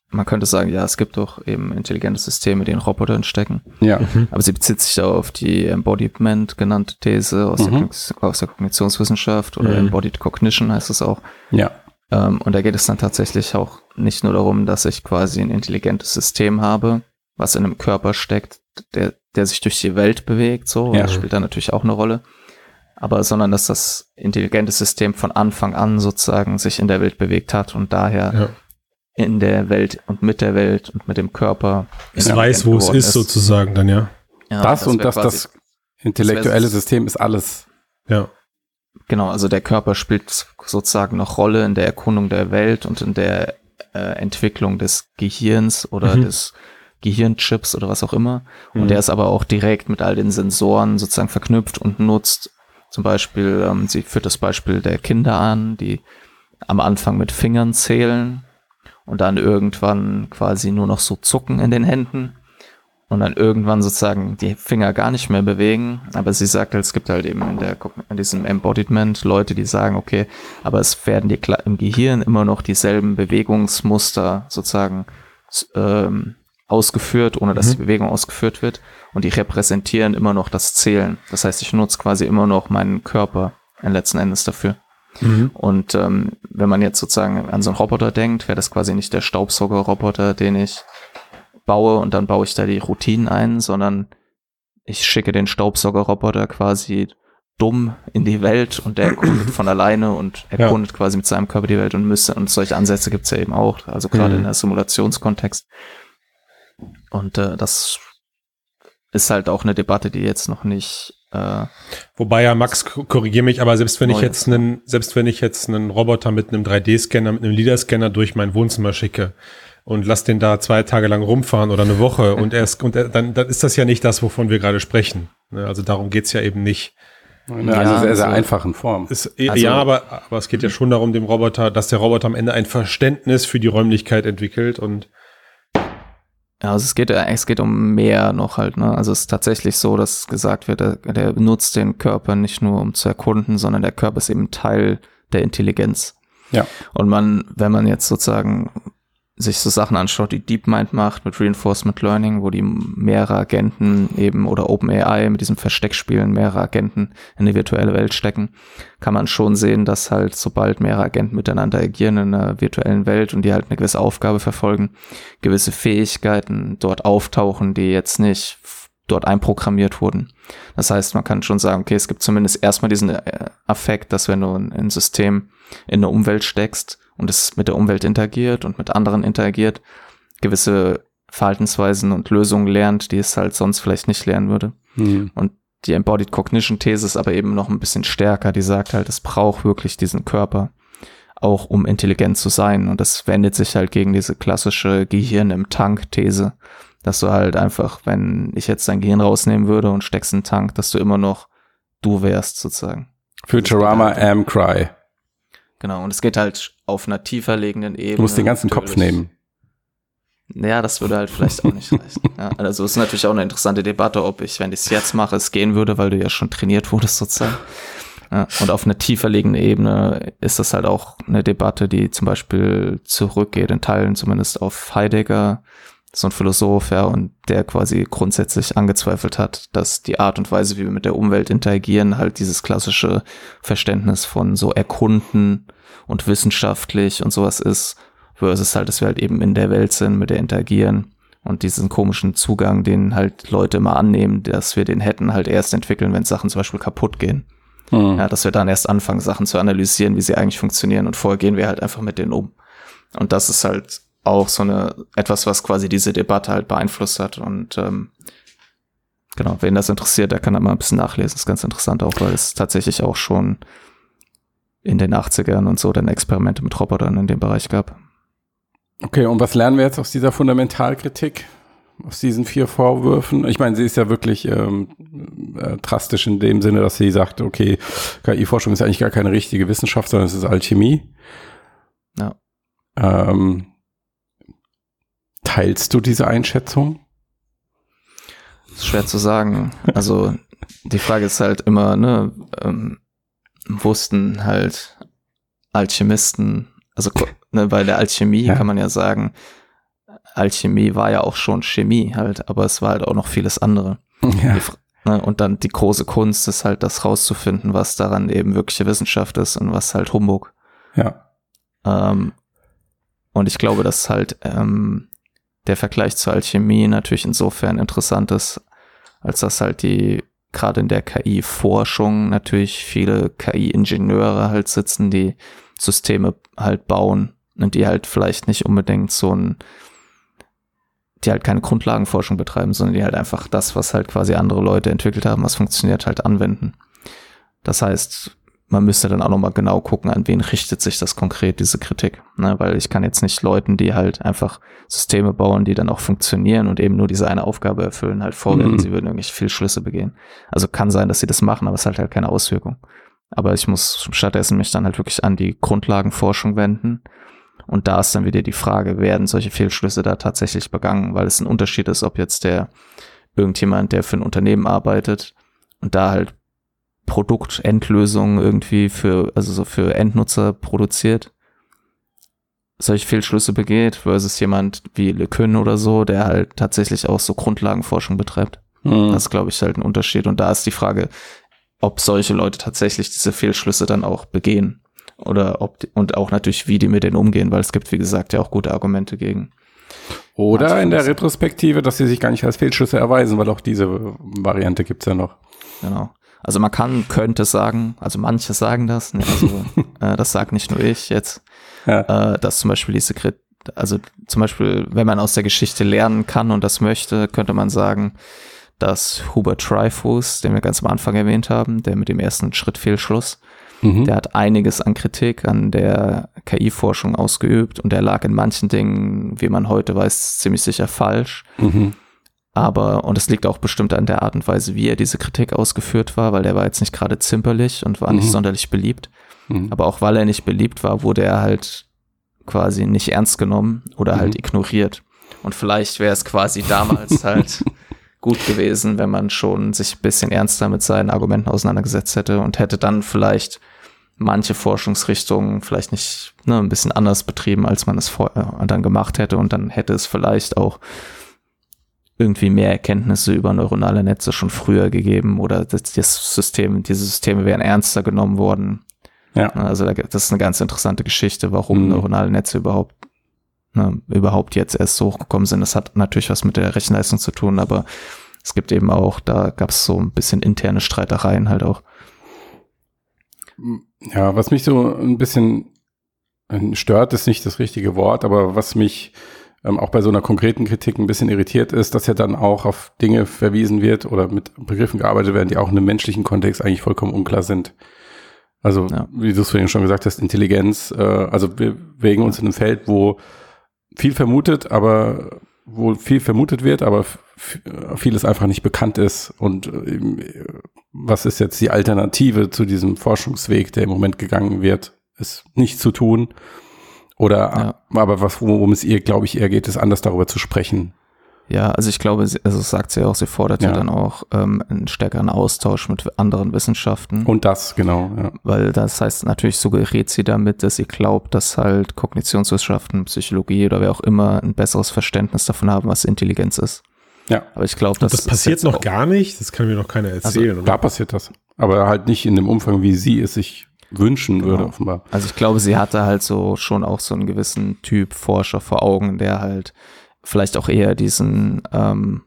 man könnte sagen, ja, es gibt doch eben intelligente Systeme, die in Robotern stecken. Ja. Mhm. Aber sie bezieht sich da auf die Embodiment genannte These aus, Mhm. der, aus der Kognitionswissenschaft oder Mhm. Embodied Cognition heißt es auch. Ja. Ähm, und da geht es dann tatsächlich auch nicht nur darum, dass ich quasi ein intelligentes System habe, was in einem Körper steckt, der, der sich durch die Welt bewegt, so. Ja. Das spielt da natürlich auch eine Rolle. Aber sondern, dass das intelligente System von Anfang an sozusagen sich in der Welt bewegt hat und daher Ja. in der Welt und mit der Welt und mit dem Körper. Es intelligent weiß, wo es geworden ist, sozusagen dann, ja. Ja, Das und wär das, quasi- das intellektuelle das wär- System ist alles. Ja. Genau, also der Körper spielt sozusagen noch Rolle in der Erkundung der Welt und in der äh, Entwicklung des Gehirns oder Mhm. des Gehirnchips oder was auch immer. Mhm. Und der ist aber auch direkt mit all den Sensoren sozusagen verknüpft und nutzt zum Beispiel, ähm, sie führt das Beispiel der Kinder an, die am Anfang mit Fingern zählen und dann irgendwann quasi nur noch so zucken in den Händen und dann irgendwann sozusagen die Finger gar nicht mehr bewegen. Aber sie sagt halt, es gibt halt eben in, der, in diesem Embodiment Leute, die sagen, okay, aber es werden die Kla- im Gehirn immer noch dieselben Bewegungsmuster sozusagen ähm, ausgeführt, ohne dass Mhm. die Bewegung ausgeführt wird. Und die repräsentieren immer noch das Zählen. Das heißt, ich nutze quasi immer noch meinen Körper letzten Endes dafür. Mhm. Und ähm, wenn man jetzt sozusagen an so einen Roboter denkt, wäre das quasi nicht der Staubsaugerroboter, den ich baue und dann baue ich da die Routinen ein, sondern ich schicke den Staubsaugerroboter quasi dumm in die Welt und der erkundet von alleine und erkundet ja. quasi mit seinem Körper die Welt und müsste, und solche Ansätze gibt es ja eben auch, also gerade mhm. in der Simulationskontext. Und äh, das ist halt auch eine Debatte, die jetzt noch nicht Äh, Wobei ja, Max, korrigier mich, aber selbst wenn ich jetzt einen, selbst wenn ich jetzt einen Roboter mit einem drei D-Scanner, mit einem LiDAR-Scanner durch mein Wohnzimmer schicke und lass den da zwei Tage lang rumfahren oder eine Woche und erst, und er, dann, dann ist das ja nicht das, wovon wir gerade sprechen. Also darum geht's ja eben nicht. In einer ja, sehr, sehr also, einfachen Form. Ist, also, ja, aber, aber es geht ja schon darum, dem Roboter, dass der Roboter am Ende ein Verständnis für die Räumlichkeit entwickelt und ja, also es geht, es geht um mehr noch halt, ne? Also es ist tatsächlich so, dass gesagt wird, der, der benutzt den Körper nicht nur um zu erkunden, sondern der Körper ist eben Teil der Intelligenz. Ja. Und man, wenn man jetzt sozusagen sich so Sachen anschaut, die DeepMind macht mit Reinforcement Learning, wo die mehrere Agenten eben oder OpenAI mit diesem Versteckspielen mehrere Agenten in die virtuelle Welt stecken, kann man schon sehen, dass halt sobald mehrere Agenten miteinander agieren in einer virtuellen Welt und die halt eine gewisse Aufgabe verfolgen, gewisse Fähigkeiten dort auftauchen, die jetzt nicht dort einprogrammiert wurden. Das heißt, man kann schon sagen, okay, es gibt zumindest erstmal diesen Effekt, dass wenn du ein System in eine Umwelt steckst und es mit der Umwelt interagiert und mit anderen interagiert, gewisse Verhaltensweisen und Lösungen lernt, die es halt sonst vielleicht nicht lernen würde. Mhm. Und die Embodied Cognition These ist aber eben noch ein bisschen stärker, die sagt halt, es braucht wirklich diesen Körper, auch um intelligent zu sein. Und das wendet sich halt gegen diese klassische Gehirn im Tank These, dass du halt einfach, wenn ich jetzt dein Gehirn rausnehmen würde und steckst in den Tank, dass du immer noch du wärst sozusagen. Futurama am Cry. Genau, und es geht halt auf einer tiefer liegenden Ebene. Du musst den ganzen Kopf nehmen. Ja, das würde halt vielleicht auch nicht reichen. Ja, also es ist natürlich auch eine interessante Debatte, ob ich, wenn ich es jetzt mache, es gehen würde, weil du ja schon trainiert wurdest sozusagen. Ja, und auf einer tiefer liegenden Ebene ist das halt auch eine Debatte, die zum Beispiel zurückgeht, in Teilen zumindest auf Heidegger, so ein Philosoph, ja, und der quasi grundsätzlich angezweifelt hat, dass die Art und Weise, wie wir mit der Umwelt interagieren, halt dieses klassische Verständnis von so erkunden und wissenschaftlich und sowas ist, versus halt, dass wir halt eben in der Welt sind, mit der interagieren und diesen komischen Zugang, den halt Leute immer annehmen, dass wir den hätten halt erst entwickeln, wenn Sachen zum Beispiel kaputt gehen. Mhm. Ja, dass wir dann erst anfangen, Sachen zu analysieren, wie sie eigentlich funktionieren, und vorher gehen wir halt einfach mit denen um. Und das ist halt auch so eine, etwas, was quasi diese Debatte halt beeinflusst hat. Und ähm, genau, wen das interessiert, der kann da mal ein bisschen nachlesen. Das ist ganz interessant auch, weil es tatsächlich auch schon in den achtzigern und so dann Experimente mit Robotern in dem Bereich gab. Okay, und was lernen wir jetzt aus dieser Fundamentalkritik, aus diesen vier Vorwürfen? Ich meine, sie ist ja wirklich ähm, äh, drastisch in dem Sinne, dass sie sagt, okay, K I-Forschung ist eigentlich gar keine richtige Wissenschaft, sondern es ist Alchemie. Ja. Ähm, Teilst du diese Einschätzung? Das ist schwer zu sagen. Also die Frage ist halt immer, ne, ähm, wussten halt Alchemisten, also ne, bei der Alchemie ja. kann man ja sagen, Alchemie war ja auch schon Chemie halt, aber es war halt auch noch vieles andere. Ja. Ne? Und dann die große Kunst ist halt, das rauszufinden, was daran eben wirkliche Wissenschaft ist und was halt Humbug. Ja. Ähm, und ich glaube, dass halt ähm, der Vergleich zur Alchemie natürlich insofern interessant ist, als dass halt die, gerade in der K I-Forschung natürlich viele K I-Ingenieure halt sitzen, die Systeme halt bauen und die halt vielleicht nicht unbedingt so ein, die halt keine Grundlagenforschung betreiben, sondern die halt einfach das, was halt quasi andere Leute entwickelt haben, was funktioniert, halt anwenden. Das heißt, man müsste dann auch nochmal genau gucken, an wen richtet sich das konkret, diese Kritik. Ne? Weil ich kann jetzt nicht Leuten, die halt einfach Systeme bauen, die dann auch funktionieren und eben nur diese eine Aufgabe erfüllen, halt vorwerfen, mhm. sie würden irgendwelche Fehlschlüsse begehen. Also kann sein, dass sie das machen, aber es hat halt keine Auswirkung. Aber ich muss stattdessen mich dann halt wirklich an die Grundlagenforschung wenden. Und da ist dann wieder die Frage, werden solche Fehlschlüsse da tatsächlich begangen? Weil es ein Unterschied ist, ob jetzt der irgendjemand, der für ein Unternehmen arbeitet und da halt Produktendlösungen irgendwie für, also so für Endnutzer produziert, solche Fehlschlüsse begeht, versus jemand wie Le Cun oder so, der halt tatsächlich auch so Grundlagenforschung betreibt. Mhm. Das ist, glaube ich, halt ein Unterschied. Und da ist die Frage, ob solche Leute tatsächlich diese Fehlschlüsse dann auch begehen. Oder ob, die, und auch natürlich, wie die mit denen umgehen, weil es gibt, wie gesagt, ja auch gute Argumente gegen. Oder in der Retrospektive, dass sie sich gar nicht als Fehlschlüsse erweisen, weil auch diese Variante gibt's ja noch. Genau. Also man kann, könnte sagen, also manche sagen das, ne, also äh, das sagt nicht nur ich jetzt, ja. äh, dass zum Beispiel diese, also zum Beispiel, wenn man aus der Geschichte lernen kann und das möchte, könnte man sagen, dass Hubert Dreyfus, den wir ganz am Anfang erwähnt haben, der mit dem ersten Schritt Fehlschluss, mhm. der hat einiges an Kritik an der K I-Forschung ausgeübt und der lag in manchen Dingen, wie man heute weiß, ziemlich sicher falsch. Mhm. Aber, und es liegt auch bestimmt an der Art und Weise, wie er diese Kritik ausgeführt war, weil der war jetzt nicht gerade zimperlich und war mhm. nicht sonderlich beliebt. Mhm. Aber auch weil er nicht beliebt war, wurde er halt quasi nicht ernst genommen oder mhm. halt ignoriert. Und vielleicht wäre es quasi damals halt gut gewesen, wenn man schon sich ein bisschen ernster mit seinen Argumenten auseinandergesetzt hätte und hätte dann vielleicht manche Forschungsrichtungen vielleicht nicht, ne, ein bisschen anders betrieben, als man es vorher dann gemacht hätte. Und dann hätte es vielleicht auch irgendwie mehr Erkenntnisse über neuronale Netze schon früher gegeben oder das, das System, diese Systeme wären ernster genommen worden. Ja. Also das ist eine ganz interessante Geschichte, warum mhm. neuronale Netze überhaupt ne, überhaupt jetzt erst so hochgekommen sind. Das hat natürlich was mit der Rechenleistung zu tun, aber es gibt eben auch, da gab es so ein bisschen interne Streitereien halt auch. Ja, was mich so ein bisschen stört, ist nicht das richtige Wort, aber was mich Ähm, auch bei so einer konkreten Kritik ein bisschen irritiert ist, dass ja dann auch auf Dinge verwiesen wird oder mit Begriffen gearbeitet werden, die auch in einem menschlichen Kontext eigentlich vollkommen unklar sind. Also, ja. wie du es vorhin schon gesagt hast, Intelligenz, äh, also wir bewegen uns in einem Feld, wo viel vermutet, aber wo viel vermutet wird, aber f- vieles einfach nicht bekannt ist. Und äh, was ist jetzt die Alternative zu diesem Forschungsweg, der im Moment gegangen wird, ist nicht zu tun. Oder, ja. aber was, worum es ihr, glaube ich, eher geht, ist anders darüber zu sprechen. Ja, also ich glaube, also das sagt sie auch, sie fordert ja, ja dann auch ähm, einen stärkeren Austausch mit anderen Wissenschaften. Und das, genau, ja. Weil das heißt, natürlich suggeriert sie damit, dass sie glaubt, dass halt Kognitionswissenschaften, Psychologie oder wer auch immer ein besseres Verständnis davon haben, was Intelligenz ist. Ja. Aber ich glaube, das, das passiert noch gar nicht, das kann mir noch keiner erzählen. Also, da passiert das. Aber halt nicht in dem Umfang, wie sie es sich wünschen genau. würde, offenbar. Also ich glaube, sie hatte halt so schon auch so einen gewissen Typ Forscher vor Augen, der halt vielleicht auch eher diesen ähm,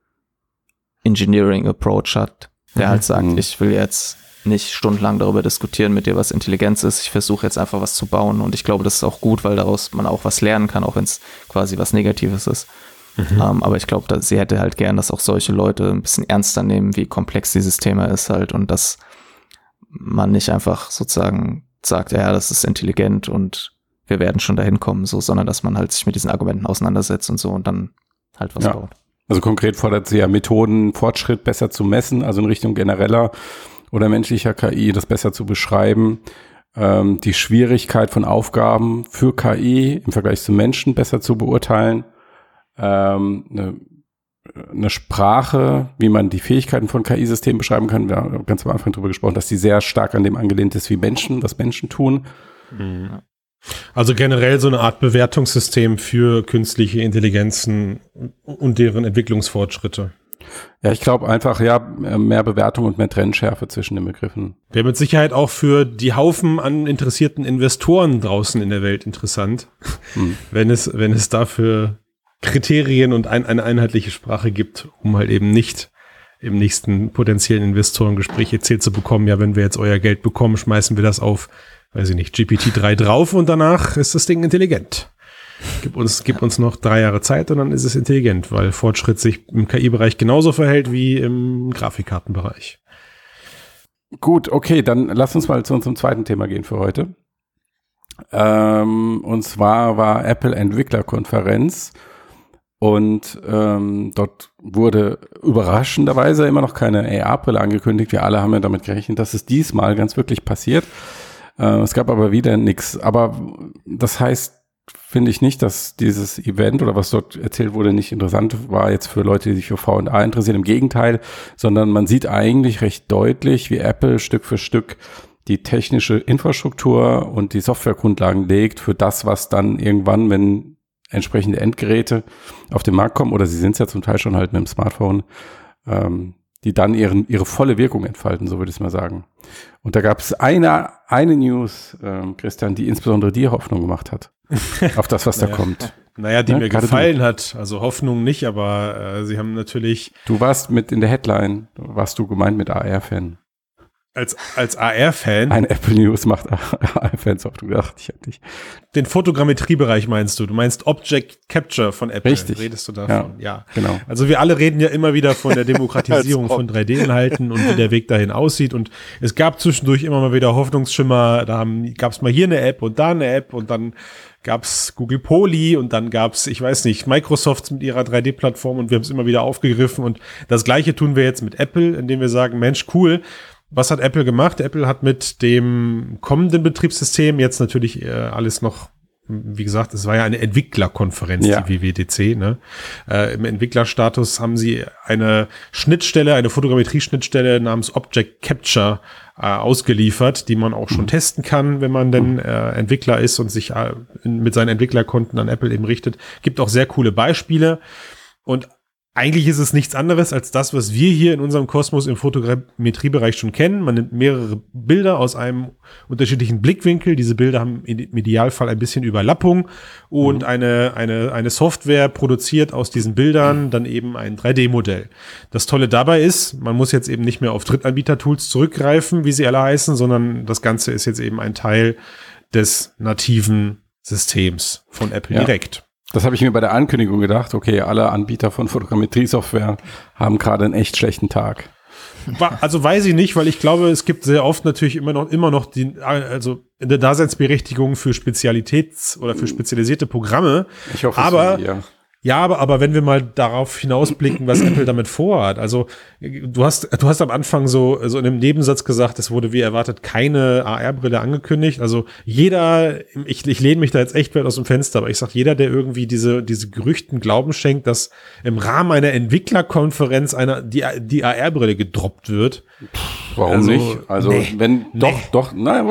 Engineering Approach hat, der mhm. halt sagt, mhm. ich will jetzt nicht stundenlang darüber diskutieren mit dir, was Intelligenz ist, ich versuche jetzt einfach was zu bauen und ich glaube, das ist auch gut, weil daraus man auch was lernen kann, auch wenn es quasi was Negatives ist. Mhm. Ähm, aber ich glaube, sie hätte halt gern, dass auch solche Leute ein bisschen ernster nehmen, wie komplex dieses Thema ist halt und dass man nicht einfach sozusagen sagt, ja, das ist intelligent und wir werden schon dahin kommen, so, sondern dass man halt sich mit diesen Argumenten auseinandersetzt und so und dann halt was ja. baut. Also konkret fordert sie ja Methoden, Fortschritt besser zu messen, also in Richtung genereller oder menschlicher K I, das besser zu beschreiben, ähm, die Schwierigkeit von Aufgaben für K I im Vergleich zu Menschen besser zu beurteilen, ähm, eine eine Sprache, wie man die Fähigkeiten von K I-Systemen beschreiben kann. Wir haben ganz am Anfang darüber gesprochen, dass die sehr stark an dem angelehnt ist, wie Menschen, was Menschen tun. Mhm. Also generell so eine Art Bewertungssystem für künstliche Intelligenzen und deren Entwicklungsfortschritte. Ja, ich glaube einfach, ja, mehr Bewertung und mehr Trennschärfe zwischen den Begriffen. Wäre mit Sicherheit auch für die Haufen an interessierten Investoren draußen in der Welt interessant, hm. wenn es, wenn es dafür Kriterien und ein, eine einheitliche Sprache gibt, um halt eben nicht im nächsten potenziellen Investorengespräch erzählt zu bekommen, ja, wenn wir jetzt euer Geld bekommen, schmeißen wir das auf, weiß ich nicht, G P T drei drauf und danach ist das Ding intelligent. Gib uns, gib uns noch drei Jahre Zeit und dann ist es intelligent, weil Fortschritt sich im K I-Bereich genauso verhält wie im Grafikkartenbereich. Gut, okay, dann lass uns mal zu unserem zweiten Thema gehen für heute. Ähm, und zwar war Apple Entwicklerkonferenz und ähm, dort wurde überraschenderweise immer noch keine A R-Brille angekündigt. Wir alle haben ja damit gerechnet, dass es diesmal ganz wirklich passiert. Äh, es gab aber wieder nichts. Aber das heißt, finde ich nicht, dass dieses Event oder was dort erzählt wurde nicht interessant war jetzt für Leute, die sich für V und A interessieren. Im Gegenteil, sondern man sieht eigentlich recht deutlich, wie Apple Stück für Stück die technische Infrastruktur und die Softwaregrundlagen legt für das, was dann irgendwann, wenn entsprechende Endgeräte auf den Markt kommen, oder sie sind es ja zum Teil schon halt mit dem Smartphone, ähm, die dann ihren, ihre volle Wirkung entfalten, so würde ich es mal sagen. Und da gab es eine, eine News, ähm, Christian, die insbesondere dir Hoffnung gemacht hat. Auf das, was da naja, kommt. Naja, die ja, mir gefallen du. hat. Also Hoffnung nicht, aber äh, sie haben natürlich... Du warst mit in der Headline, warst du gemeint mit A R-Fan. Als, als A R-Fan? Ein Apple News macht A R-Fans auf. Du dachte, ich hab dich. Den Fotogrammetriebereich meinst du? Du meinst Object Capture von Apple. Richtig. Redest du davon? Ja, ja, genau. Also wir alle reden ja immer wieder von der Demokratisierung von drei D-Inhalten und wie der Weg dahin aussieht. Und es gab zwischendurch immer mal wieder Hoffnungsschimmer. Da gab es mal hier eine App und da eine App und dann gab's Google Poly und dann gab's, ich weiß nicht, Microsoft mit ihrer drei D-Plattform und wir haben es immer wieder aufgegriffen. Und das Gleiche tun wir jetzt mit Apple, indem wir sagen, Mensch, cool, was hat Apple gemacht? Apple hat mit dem kommenden Betriebssystem jetzt natürlich äh, alles noch, wie gesagt, es war ja eine Entwicklerkonferenz, ja. Die W W D C, ne? Äh, im Entwicklerstatus haben sie eine Schnittstelle, eine Fotogrammetrie-Schnittstelle namens Object Capture äh, ausgeliefert, die man auch schon mhm. testen kann, wenn man denn äh, Entwickler ist und sich äh, in, mit seinen Entwicklerkonten an Apple eben richtet. Gibt auch sehr coole Beispiele und eigentlich ist es nichts anderes als das, was wir hier in unserem Kosmos im Fotogrammetriebereich schon kennen. Man nimmt mehrere Bilder aus einem unterschiedlichen Blickwinkel. Diese Bilder haben im Idealfall ein bisschen Überlappung und mhm. eine, eine, eine Software produziert aus diesen Bildern dann eben ein drei D-Modell. Das Tolle dabei ist, man muss jetzt eben nicht mehr auf Drittanbieter-Tools zurückgreifen, wie sie alle heißen, sondern das Ganze ist jetzt eben ein Teil des nativen Systems von Apple ja. direkt. Das habe ich mir bei der Ankündigung gedacht, okay, alle Anbieter von Fotogrammetrie-Software haben gerade einen echt schlechten Tag. Also weiß ich nicht, weil ich glaube, es gibt sehr oft natürlich immer noch, immer noch die, also eine Daseinsberechtigung für Spezialitäts- oder für spezialisierte Programme. Ich hoffe, aber, ja. Ja, aber, aber wenn wir mal darauf hinausblicken, was Apple damit vorhat. Also du hast, du hast am Anfang so, so in einem Nebensatz gesagt, es wurde wie erwartet keine A R-Brille angekündigt. Also jeder, ich, ich lehne mich da jetzt echt weit aus dem Fenster, aber ich sag, jeder, der irgendwie diese, diese Gerüchten Glauben schenkt, dass im Rahmen einer Entwicklerkonferenz einer, die, die A R-Brille gedroppt wird. Warum also, nicht? Also nee, wenn, doch, nee. doch, nein,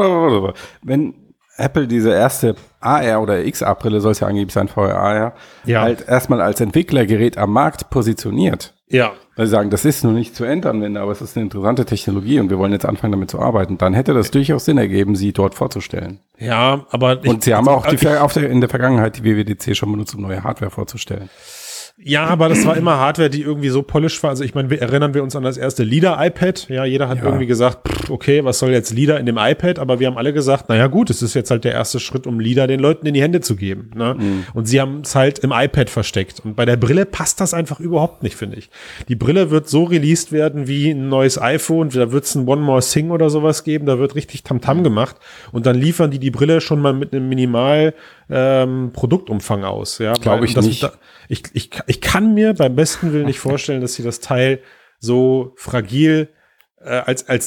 wenn Apple diese erste A R- oder X R-Brille, soll es ja angeblich sein, V R A R, ja. halt erstmal als Entwicklergerät am Markt positioniert. Ja. Weil sie sagen, das ist noch nicht zu Endanwenden, aber es ist eine interessante Technologie und wir wollen jetzt anfangen, damit zu arbeiten. Dann hätte das durchaus Sinn ergeben, sie dort vorzustellen. Ja, aber... Und ich, sie haben auch die, ich, auf der, in der Vergangenheit die W W D C schon benutzt, um neue Hardware vorzustellen. Ja, aber das war immer Hardware, die irgendwie so polished war. Also ich meine, wir erinnern wir uns an das erste LiDAR-iPad. Ja, jeder hat ja. irgendwie gesagt, pff, okay, was soll jetzt LiDAR in dem iPad? Aber wir haben alle gesagt, naja gut, es ist jetzt halt der erste Schritt, um LiDAR den Leuten in die Hände zu geben. Ne? Mhm. Und sie haben es halt im iPad versteckt. Und bei der Brille passt das einfach überhaupt nicht, finde ich. Die Brille wird so released werden wie ein neues iPhone. Da wird es ein One More Thing oder sowas geben. Da wird richtig Tamtam gemacht. Und dann liefern die die Brille schon mal mit einem Minimal ähm, Produktumfang aus. Ja, glaube ich das, nicht. Da, ich, ich, ich kann mir beim besten Willen nicht vorstellen, dass sie das Teil so fragil äh, als, als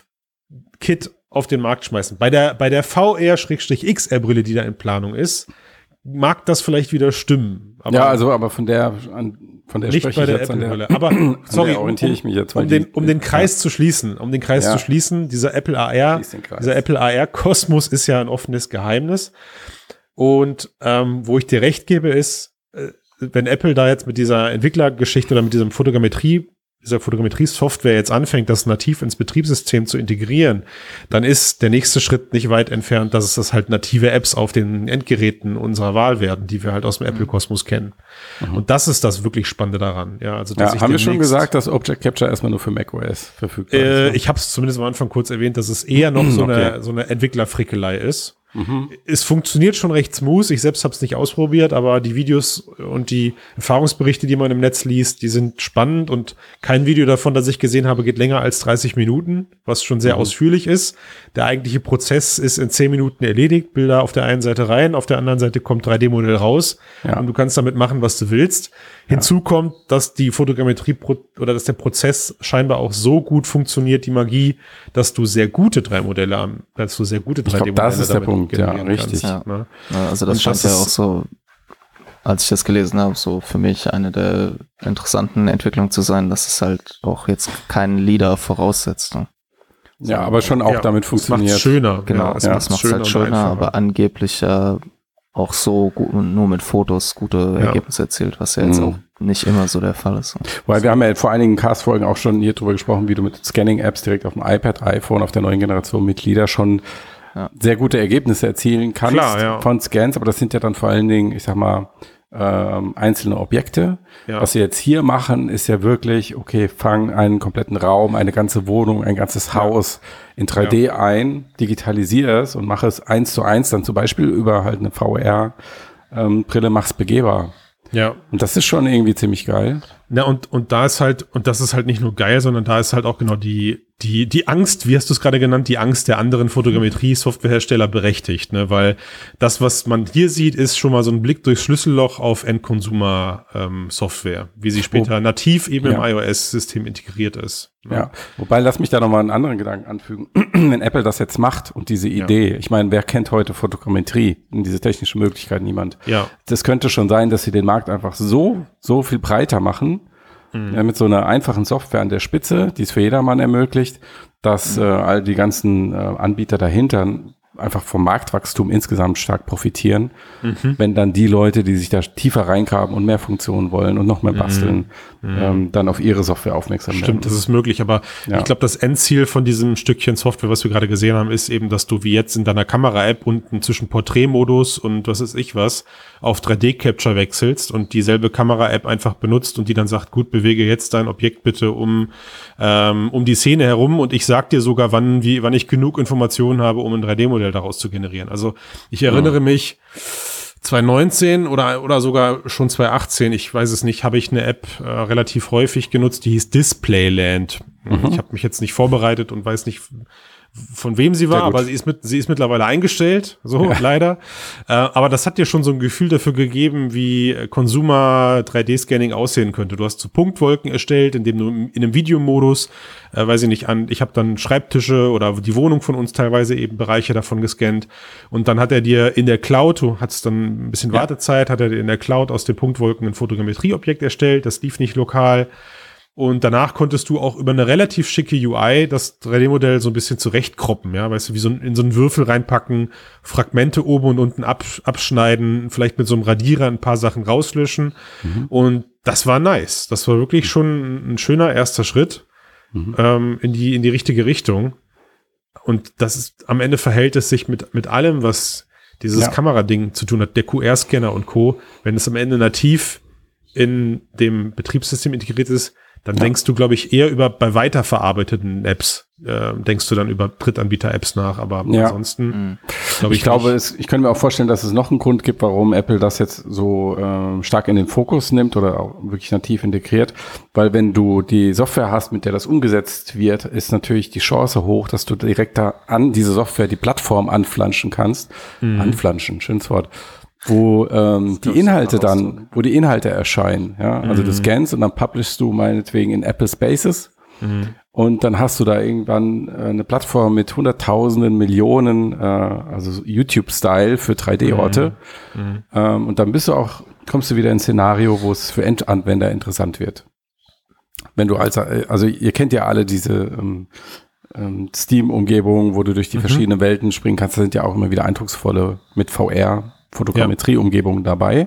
Dev-Kit auf den Markt schmeißen. Bei der, bei der V R-X R-Brille, die da in Planung ist, mag das vielleicht wieder stimmen. Aber ja, also aber von der, Von der nicht spreche bei ich der jetzt an der, Apple-Brille. Aber sorry, um, orientiere ich mich jetzt, weil um, den, die- um den Kreis ja. zu schließen, um den Kreis Ja. zu schließen, dieser Apple A R, Schließ den Kreis. dieser Apple A R-Kosmos ist ja ein offenes Geheimnis. Und ähm, wo ich dir recht gebe, ist, äh, wenn Apple da jetzt mit dieser Entwicklergeschichte oder mit diesem Fotogrammetrie, dieser Fotogrammetrie-Software jetzt anfängt, das nativ ins Betriebssystem zu integrieren, dann ist der nächste Schritt nicht weit entfernt, dass es das halt native Apps auf den Endgeräten unserer Wahl werden, die wir halt aus dem Apple-Kosmos kennen. Mhm. Und das ist das wirklich Spannende daran. Ja, also dass Ja, ich haben wir schon demnächst- gesagt, dass Object Capture erstmal nur für macOS verfügbar Äh, ist? Ne? ich habe es zumindest am Anfang kurz erwähnt, dass es eher noch so Okay. eine so eine Entwicklerfrickelei ist. Mhm. Es funktioniert schon recht smooth. Ich selbst habe es nicht ausprobiert, aber die Videos und die Erfahrungsberichte, die man im Netz liest, die sind spannend und kein Video davon, das ich gesehen habe, geht länger als dreißig Minuten, was schon sehr Mhm. ausführlich ist. Der eigentliche Prozess ist in zehn Minuten erledigt. Bilder auf der einen Seite rein, auf der anderen Seite kommt drei D-Modell raus Ja. und du kannst damit machen, was du willst. Hinzu kommt, dass die Fotogrammetrie pro- oder dass der Prozess scheinbar auch so gut funktioniert, die Magie, dass du sehr gute drei Modelle am, dass du sehr gute drei glaub, D-Modelle das ist der damit Punkt, ja, generieren richtig. kannst, ne? Ja, also das Und scheint das ja ist- auch so, als ich das gelesen habe, so für mich eine der interessanten Entwicklungen zu sein, dass es halt auch jetzt keinen Leader voraussetzt. Ne? Ja, aber schon auch Ja, damit es macht's funktioniert. schöner. Genau, ja, also ja, das macht es schöner halt und schöner, einfacher. aber angeblich ja auch so gut, nur mit Fotos gute Ja. Ergebnisse erzielt, was ja jetzt Mhm. auch nicht immer so der Fall ist. Weil wir haben ja vor einigen Cast-Folgen auch schon hier drüber gesprochen, wie du mit Scanning-Apps direkt auf dem iPad, iPhone, auf der neuen Generation mit LiDAR schon Ja. sehr gute Ergebnisse erzielen kannst Klar, ja. von Scans, aber das sind ja dann vor allen Dingen, ich sag mal, ähm, einzelne Objekte. Ja. Was wir jetzt hier machen, ist ja wirklich, okay, fang einen kompletten Raum, eine ganze Wohnung, ein ganzes Haus in drei D ein, digitalisiere es und mache es eins zu eins dann zum Beispiel über halt eine V R-Brille, mach's begehbar. Ja. Und das ist schon irgendwie ziemlich geil. Ja, und, und da ist halt, und das ist halt nicht nur geil, sondern da ist halt auch genau die, die, die Angst, wie hast du es gerade genannt, die Angst der anderen Fotogrammetrie-Softwarehersteller berechtigt, ne, weil das, was man hier sieht, ist schon mal so ein Blick durchs Schlüsselloch auf Endconsumer-Software, wie sie später nativ eben Ja. im iOS-System integriert ist. Ne? Ja, wobei lass mich da nochmal einen anderen Gedanken anfügen. Wenn Apple das jetzt macht und diese Idee, ich meine, wer kennt heute Fotogrammetrie und diese technische Möglichkeit? Niemand. Ja. Das könnte schon sein, dass sie den Markt einfach so, so viel breiter machen, ja, mit so einer einfachen Software an der Spitze, die es für jedermann ermöglicht, dass äh, all die ganzen äh, Anbieter dahinter einfach vom Marktwachstum insgesamt stark profitieren, Mhm. wenn dann die Leute, die sich da tiefer reingraben und mehr Funktionen wollen und noch mehr basteln, ähm, dann auf ihre Software aufmerksam werden. Stimmt, das ist möglich, aber Ja. ich glaube, das Endziel von diesem Stückchen Software, was wir gerade gesehen haben, ist eben, dass du wie jetzt in deiner Kamera-App unten zwischen Porträtmodus und was ist ich was auf drei D-Capture wechselst und dieselbe Kamera-App einfach benutzt und die dann sagt, gut, bewege jetzt dein Objekt bitte um ähm, um die Szene herum und ich sag dir sogar, wann wie wann ich genug Informationen habe, um ein drei D-Modell daraus zu generieren. Also ich erinnere mich, zwanzig neunzehn oder oder sogar schon zwanzig achtzehn, ich weiß es nicht, habe ich eine App äh, relativ häufig genutzt, die hieß Displayland. Ich habe mich jetzt nicht vorbereitet und weiß nicht, von wem sie war, Sehr gut. aber sie ist mit, sie ist mittlerweile eingestellt, so leider. Äh, aber das hat dir schon so ein Gefühl dafür gegeben, wie Consumer drei D-Scanning aussehen könnte. Du hast so Punktwolken erstellt, indem du in einem Videomodus, äh, weiß ich nicht, an, ich habe dann Schreibtische oder die Wohnung von uns teilweise eben Bereiche davon gescannt. Und dann hat er dir in der Cloud, du hattest dann ein bisschen Ja. Wartezeit, hat er dir in der Cloud aus den Punktwolken ein Fotogrammetrieobjekt erstellt. Das lief nicht lokal. Und danach konntest du auch über eine relativ schicke U I das drei D-Modell so ein bisschen zurechtkroppen, ja, weißt du, wie so ein, in so einen Würfel reinpacken, Fragmente oben und unten absch- abschneiden, vielleicht mit so einem Radierer ein paar Sachen rauslöschen. Und das war nice. Das war wirklich schon ein schöner erster Schritt ähm, in die in die richtige Richtung. Und das ist, am Ende verhält es sich mit mit allem, was dieses Ja. Kamerading zu tun hat, der Q R-Scanner und Co., wenn es am Ende nativ in dem Betriebssystem integriert ist, dann Ja. denkst du, glaube ich, eher über bei weiterverarbeiteten Apps, äh, denkst du dann über Drittanbieter-Apps nach, aber Ja. ansonsten Mhm. glaube ich, Ich glaube, nicht. es, ich könnte mir auch vorstellen, dass es noch einen Grund gibt, warum Apple das jetzt so ähm, stark in den Fokus nimmt oder auch wirklich nativ integriert. Weil wenn du die Software hast, mit der das umgesetzt wird, ist natürlich die Chance hoch, dass du direkt da an diese Software die Plattform anflanschen kannst. Anflanschen, schönes Wort. Wo ähm, die Inhalte dann, wo die Inhalte erscheinen. Ja? Also du scannst und dann publishst du meinetwegen in Apple Spaces. Und dann hast du da irgendwann äh, eine Plattform mit hunderttausenden, Millionen, äh, also YouTube-Style für drei D-Orte. Ähm, und dann bist du auch kommst du wieder ins Szenario, wo es für Endanwender interessant wird. Wenn du als, also ihr kennt ja alle diese ähm, ähm, Steam-Umgebungen, wo du durch die mhm. verschiedenen Welten springen kannst. Da sind ja auch immer wieder eindrucksvolle mit V R-Fotogrammetrie-Umgebungen dabei.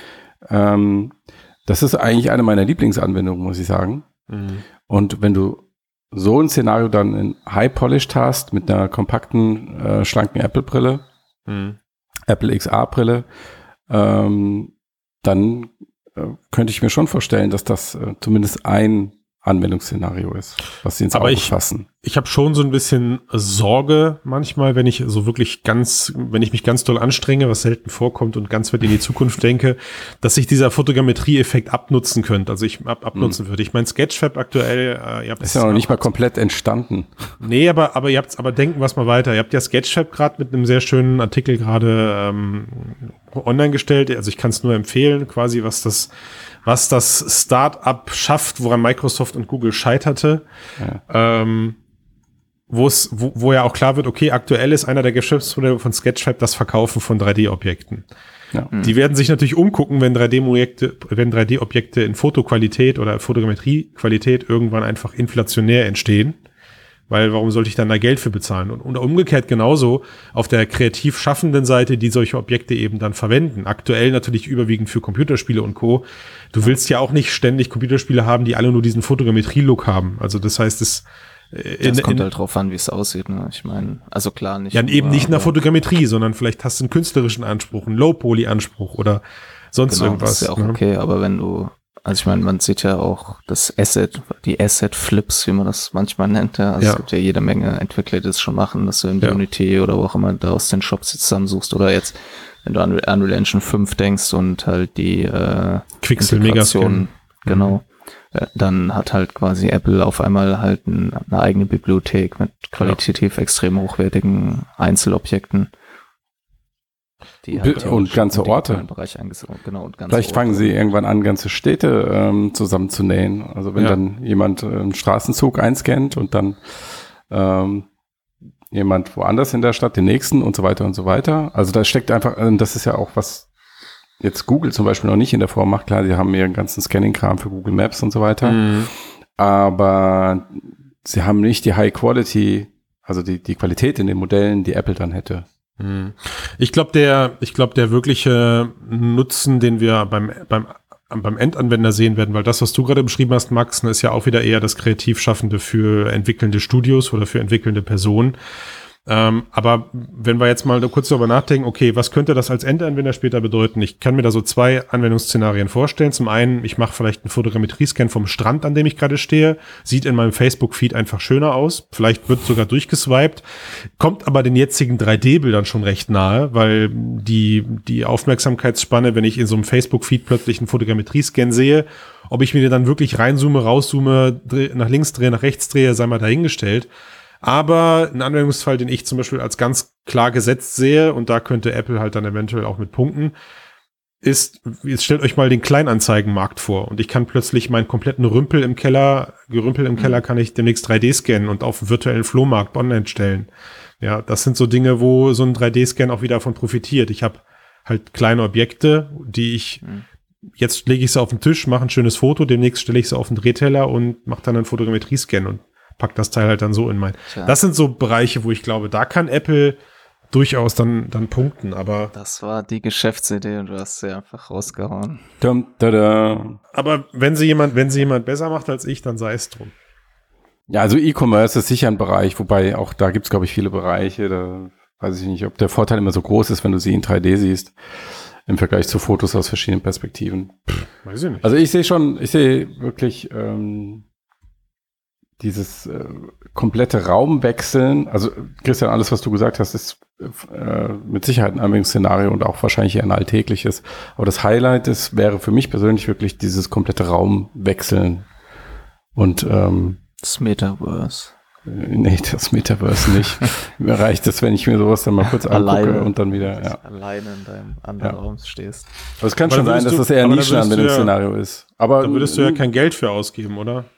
Ähm, das ist eigentlich eine meiner Lieblingsanwendungen, muss ich sagen. Mhm. Und wenn du so ein Szenario dann in High-Polished hast, mit einer kompakten, äh, schlanken Apple-Brille, mhm. Apple X R-Brille, ähm, dann äh, könnte ich mir schon vorstellen, dass das äh, zumindest ein Anwendungsszenario ist, was sie ins Auge fassen. Ich habe schon so ein bisschen Sorge manchmal, wenn ich so wirklich ganz, wenn ich mich ganz doll anstrenge, was selten vorkommt und ganz weit in die Zukunft denke, dass sich dieser Fotogrammetrie-Effekt abnutzen könnte, also ich ab, abnutzen hm. würde. Ich meine, Sketchfab aktuell, äh, ihr habt ist ja noch nicht mal komplett entstanden. Nee, aber aber ihr habt's, aber denken wir es mal weiter. Ihr habt ja Sketchfab gerade mit einem sehr schönen Artikel gerade ähm, online gestellt. Also ich kann es nur empfehlen, quasi was das was das Start-up schafft, woran Microsoft und Google scheiterte. Ja. Ähm, wo es, wo, wo ja auch klar wird, okay, aktuell ist einer der Geschäftsmodelle von Sketchfab das Verkaufen von drei D-Objekten. Ja. Die werden sich natürlich umgucken, wenn drei D-Objekte, wenn drei D-Objekte in Fotoqualität oder Fotogrammetriequalität irgendwann einfach inflationär entstehen. Weil warum sollte ich dann da Geld für bezahlen? Und, und umgekehrt genauso auf der kreativ schaffenden Seite, die solche Objekte eben dann verwenden. Aktuell natürlich überwiegend für Computerspiele und Co. Du willst ja auch nicht ständig Computerspiele haben, die alle nur diesen Fotogrammetrie-Look haben. Also das heißt, es in, das kommt in, halt drauf an, wie es aussieht. Ne? Ich meine, also klar nicht. Ja, eben nicht in der Fotogrammetrie, sondern vielleicht hast du einen künstlerischen Anspruch, einen Low-Poly-Anspruch oder sonst genau, irgendwas. Das ist ja auch ne? okay, aber wenn du Also ich meine, man sieht ja auch das Asset, die Asset-Flips, wie man das manchmal nennt. Ja. Also ja. Es gibt ja jede Menge Entwickler, die das schon machen, dass du in ja. Unity oder wo auch immer da aus den Shops zusammensuchst. Oder jetzt, wenn du an Unreal Engine fünf denkst und halt die äh, Quixel Integration, genau, mhm. äh, dann hat halt quasi Apple auf einmal halt ein, eine eigene Bibliothek mit qualitativ ja. extrem hochwertigen Einzelobjekten. Die halt und ganze Orte. Bereich genau, und ganze Vielleicht Orte. fangen sie irgendwann an, ganze Städte ähm, zusammenzunähen. Also wenn ja. dann jemand äh, einen Straßenzug einscannt und dann ähm, jemand woanders in der Stadt, den nächsten und so weiter und so weiter. Also da steckt einfach, äh, das ist ja auch was jetzt Google zum Beispiel noch nicht in der Form macht. Klar, die haben ihren ganzen Scanning-Kram für Google Maps und so weiter. Mhm. Aber sie haben nicht die High Quality, also die, die Qualität in den Modellen, die Apple dann hätte. Ich glaube, der, ich glaube, der wirkliche Nutzen, den wir beim, beim, beim Endanwender sehen werden, weil das, was du gerade beschrieben hast, Max, ist ja auch wieder eher das Kreativschaffende für entwickelnde Studios oder für entwickelnde Personen. Ähm, aber wenn wir jetzt mal kurz darüber nachdenken, okay, was könnte das als Endanwender später bedeuten? Ich kann mir da so zwei Anwendungsszenarien vorstellen. Zum einen, ich mache vielleicht einen Fotogrammetrie-Scan vom Strand, an dem ich gerade stehe. Sieht in meinem Facebook-Feed einfach schöner aus. Vielleicht wird sogar durchgeswiped. Kommt aber den jetzigen drei D-Bildern schon recht nahe, weil die, die Aufmerksamkeitsspanne, wenn ich in so einem Facebook-Feed plötzlich einen Fotogrammetrie-Scan sehe, ob ich mir den dann wirklich reinzoome, rauszoome, dreh, nach links drehe, nach rechts drehe, sei mal dahingestellt. Aber ein Anwendungsfall, den ich zum Beispiel als ganz klar gesetzt sehe, und da könnte Apple halt dann eventuell auch mit punkten, ist, jetzt stellt euch mal den Kleinanzeigenmarkt vor und ich kann plötzlich meinen kompletten Rümpel im Keller, Gerümpel im Keller kann ich demnächst drei D scannen und auf dem virtuellen Flohmarkt online stellen. Ja, das sind so Dinge, wo so ein drei D Scan auch wieder davon profitiert. Ich habe halt kleine Objekte, die ich, mhm. jetzt lege ich sie auf den Tisch, mache ein schönes Foto, demnächst stelle ich sie auf den Drehteller und mache dann einen Fotogrammetrie-Scan und pack das Teil halt dann so in mein. Tja. Das sind so Bereiche, wo ich glaube, da kann Apple durchaus dann, dann punkten, aber. Das war die Geschäftsidee und du hast sie einfach rausgehauen. Dum, da, da. Aber wenn sie jemand, wenn sie jemand besser macht als ich, dann sei es drum. Ja, also E-Commerce ist sicher ein Bereich, wobei auch da gibt's, glaube ich, viele Bereiche, da weiß ich nicht, ob der Vorteil immer so groß ist, wenn du sie in drei D siehst, im Vergleich zu Fotos aus verschiedenen Perspektiven. Weiß ich nicht. Also ich sehe schon, ich sehe wirklich, ähm, dieses äh, komplette Raumwechseln, also Christian, alles, was du gesagt hast, ist äh, mit Sicherheit ein Anwendungsszenario und auch wahrscheinlich eher ein alltägliches. Aber das Highlight ist, wäre für mich persönlich wirklich dieses komplette Raumwechseln. Und ähm, das Metaverse. Äh, nee, das Metaverse nicht. Mir reicht es, wenn ich mir sowas dann mal kurz angucke alleine, und dann wieder ja. alleine in deinem anderen ja. Raum stehst. Aber es kann aber schon sein, dass du, das eher ein Nischenanwendungsszenario ja, ist. Aber da würdest du ja kein Geld für ausgeben, oder?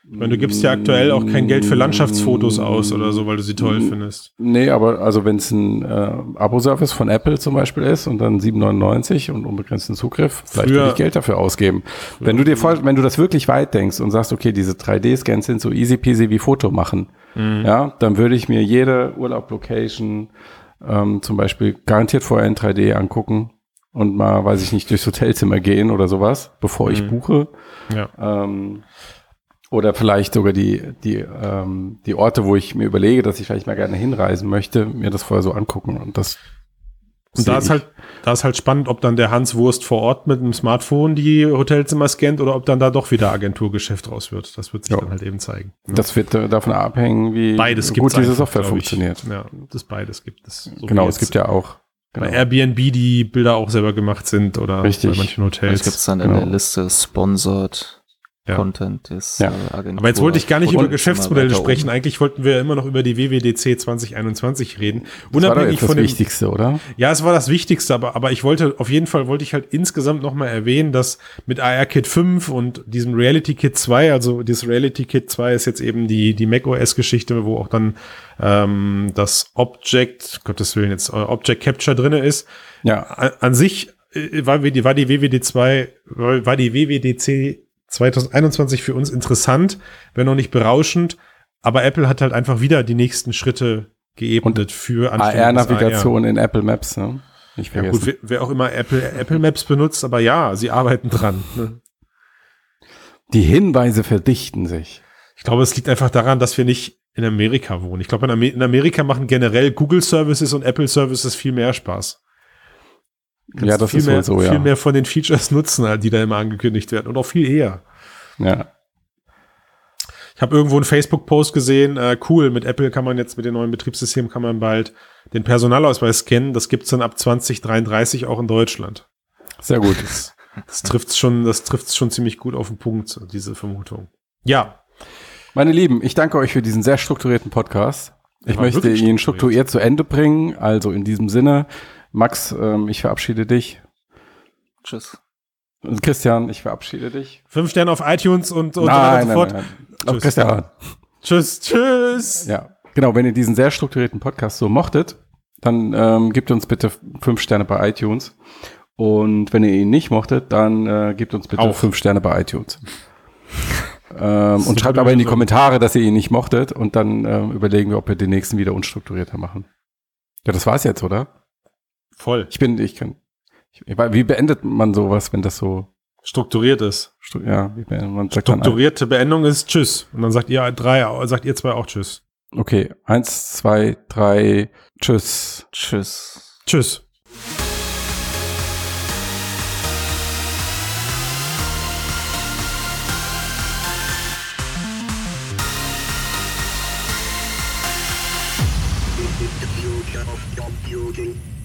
Ich meine, du gibst ja aktuell auch kein Geld für Landschaftsfotos aus oder so, weil du sie toll findest. Nee, aber also wenn es ein äh, Abo-Service von Apple zum Beispiel ist und dann sieben neunundneunzig und unbegrenzten Zugriff, vielleicht Früher- würde ich Geld dafür ausgeben. Wenn du dir vor, wenn du das wirklich weit denkst und sagst, okay, diese drei D-Scans sind so easy peasy wie Foto machen, ja, dann würde ich mir jede Urlaub-Location ähm, zum Beispiel garantiert vorher in drei D angucken und mal, weiß ich nicht, durchs Hotelzimmer gehen oder sowas, bevor ich buche. Ja. Ähm, oder vielleicht sogar die, die, ähm, die Orte, wo ich mir überlege, dass ich vielleicht mal gerne hinreisen möchte, mir das vorher so angucken. Und das Und da sehe ist ich. halt, da ist halt spannend, ob dann der Hans Wurst vor Ort mit dem Smartphone die Hotelzimmer scannt oder ob dann da doch wieder Agenturgeschäft raus wird. Das wird sich Ja. dann halt eben zeigen. Das wird äh, davon abhängen, wie Beides gut gibt's diese einfach, Software glaub ich. funktioniert. Ja, das beides gibt es. So Genau, wie es jetzt gibt ja auch. bei Genau. Airbnb die Bilder auch selber gemacht sind oder Richtig. bei manchen Das Hotels. gibt's dann in Genau. der Liste Sponsored Ja. Content ist Ja. äh, Agentur. Aber jetzt wollte ich gar nicht und über Geschäftsmodelle weiter sprechen. oben. Eigentlich wollten wir immer noch über die W W D C zwanzig einundzwanzig reden. Das war doch Unabhängig jetzt das von dem, Wichtigste, oder? ja, es war das Wichtigste, aber, aber ich wollte, auf jeden Fall wollte ich halt insgesamt nochmal erwähnen, dass mit A R Kit fünf und diesem Reality Kit zwei, also dieses Reality Kit zwei ist jetzt eben die, die macOS-Geschichte, wo auch dann ähm, das Object, Gottes Willen jetzt, äh, Object Capture drinne ist. Ja. An, an sich äh, war, die, war die W W D zwei, war war die W W D C zwanzig einundzwanzig für uns interessant, wenn noch nicht berauschend, aber Apple hat halt einfach wieder die nächsten Schritte geebnet für A R-Navigation in Apple Maps, ne? Nicht Ja, vergessen. gut, wer, wer auch immer Apple, Apple Maps benutzt, aber ja, sie arbeiten dran. Ne? Die Hinweise verdichten sich. Ich glaube, es liegt einfach daran, dass wir nicht in Amerika wohnen. Ich glaube, in, Amer in Amerika machen generell Google Services und Apple Services viel mehr Spaß. Kannst Ja, das viel ist mehr, wohl so, viel ja. mehr von den Features nutzen, die da immer angekündigt werden und auch viel eher. Ja. Ich habe irgendwo einen Facebook-Post gesehen, äh, cool, mit Apple kann man jetzt, mit dem neuen Betriebssystem kann man bald den Personalausweis scannen. Das gibt's dann ab zwanzig dreiunddreißig auch in Deutschland. Sehr gut. Das, das trifft's schon, das trifft's schon ziemlich gut auf den Punkt, diese Vermutung. Ja. Meine Lieben, ich danke euch für diesen sehr strukturierten Podcast. Ich war möchte wirklich ihn strukturiert. strukturiert zu Ende bringen. Also in diesem Sinne, Max, ähm, ich verabschiede dich. Tschüss. Und Christian, ich verabschiede dich. Fünf Sterne auf iTunes und, und so weiter nein, und so nein, fort. nein, nein. Auf Tschüss. Christian. Tschüss, tschüss. Ja, genau. Wenn ihr diesen sehr strukturierten Podcast so mochtet, dann ähm, gebt uns bitte fünf Sterne bei iTunes. Und wenn ihr ihn nicht mochtet, dann äh, gebt uns bitte Auch. fünf Sterne bei iTunes. ähm, und ist schreibt eine aber in die gute Kommentare, dass ihr ihn nicht mochtet. Und dann ähm, überlegen wir, ob wir den nächsten wieder unstrukturierter machen. Ja, das war's jetzt, oder? Voll. Ich bin, ich kann. Ich, wie beendet man sowas, wenn das so. Strukturiert ist. stru- Ja, wie beendet man sagt dann. Strukturierte Beendung ist Tschüss. Und dann sagt ihr drei, sagt ihr zwei auch Tschüss. Okay, eins, zwei, drei, tschüss. Tschüss. Tschüss. The future of computing.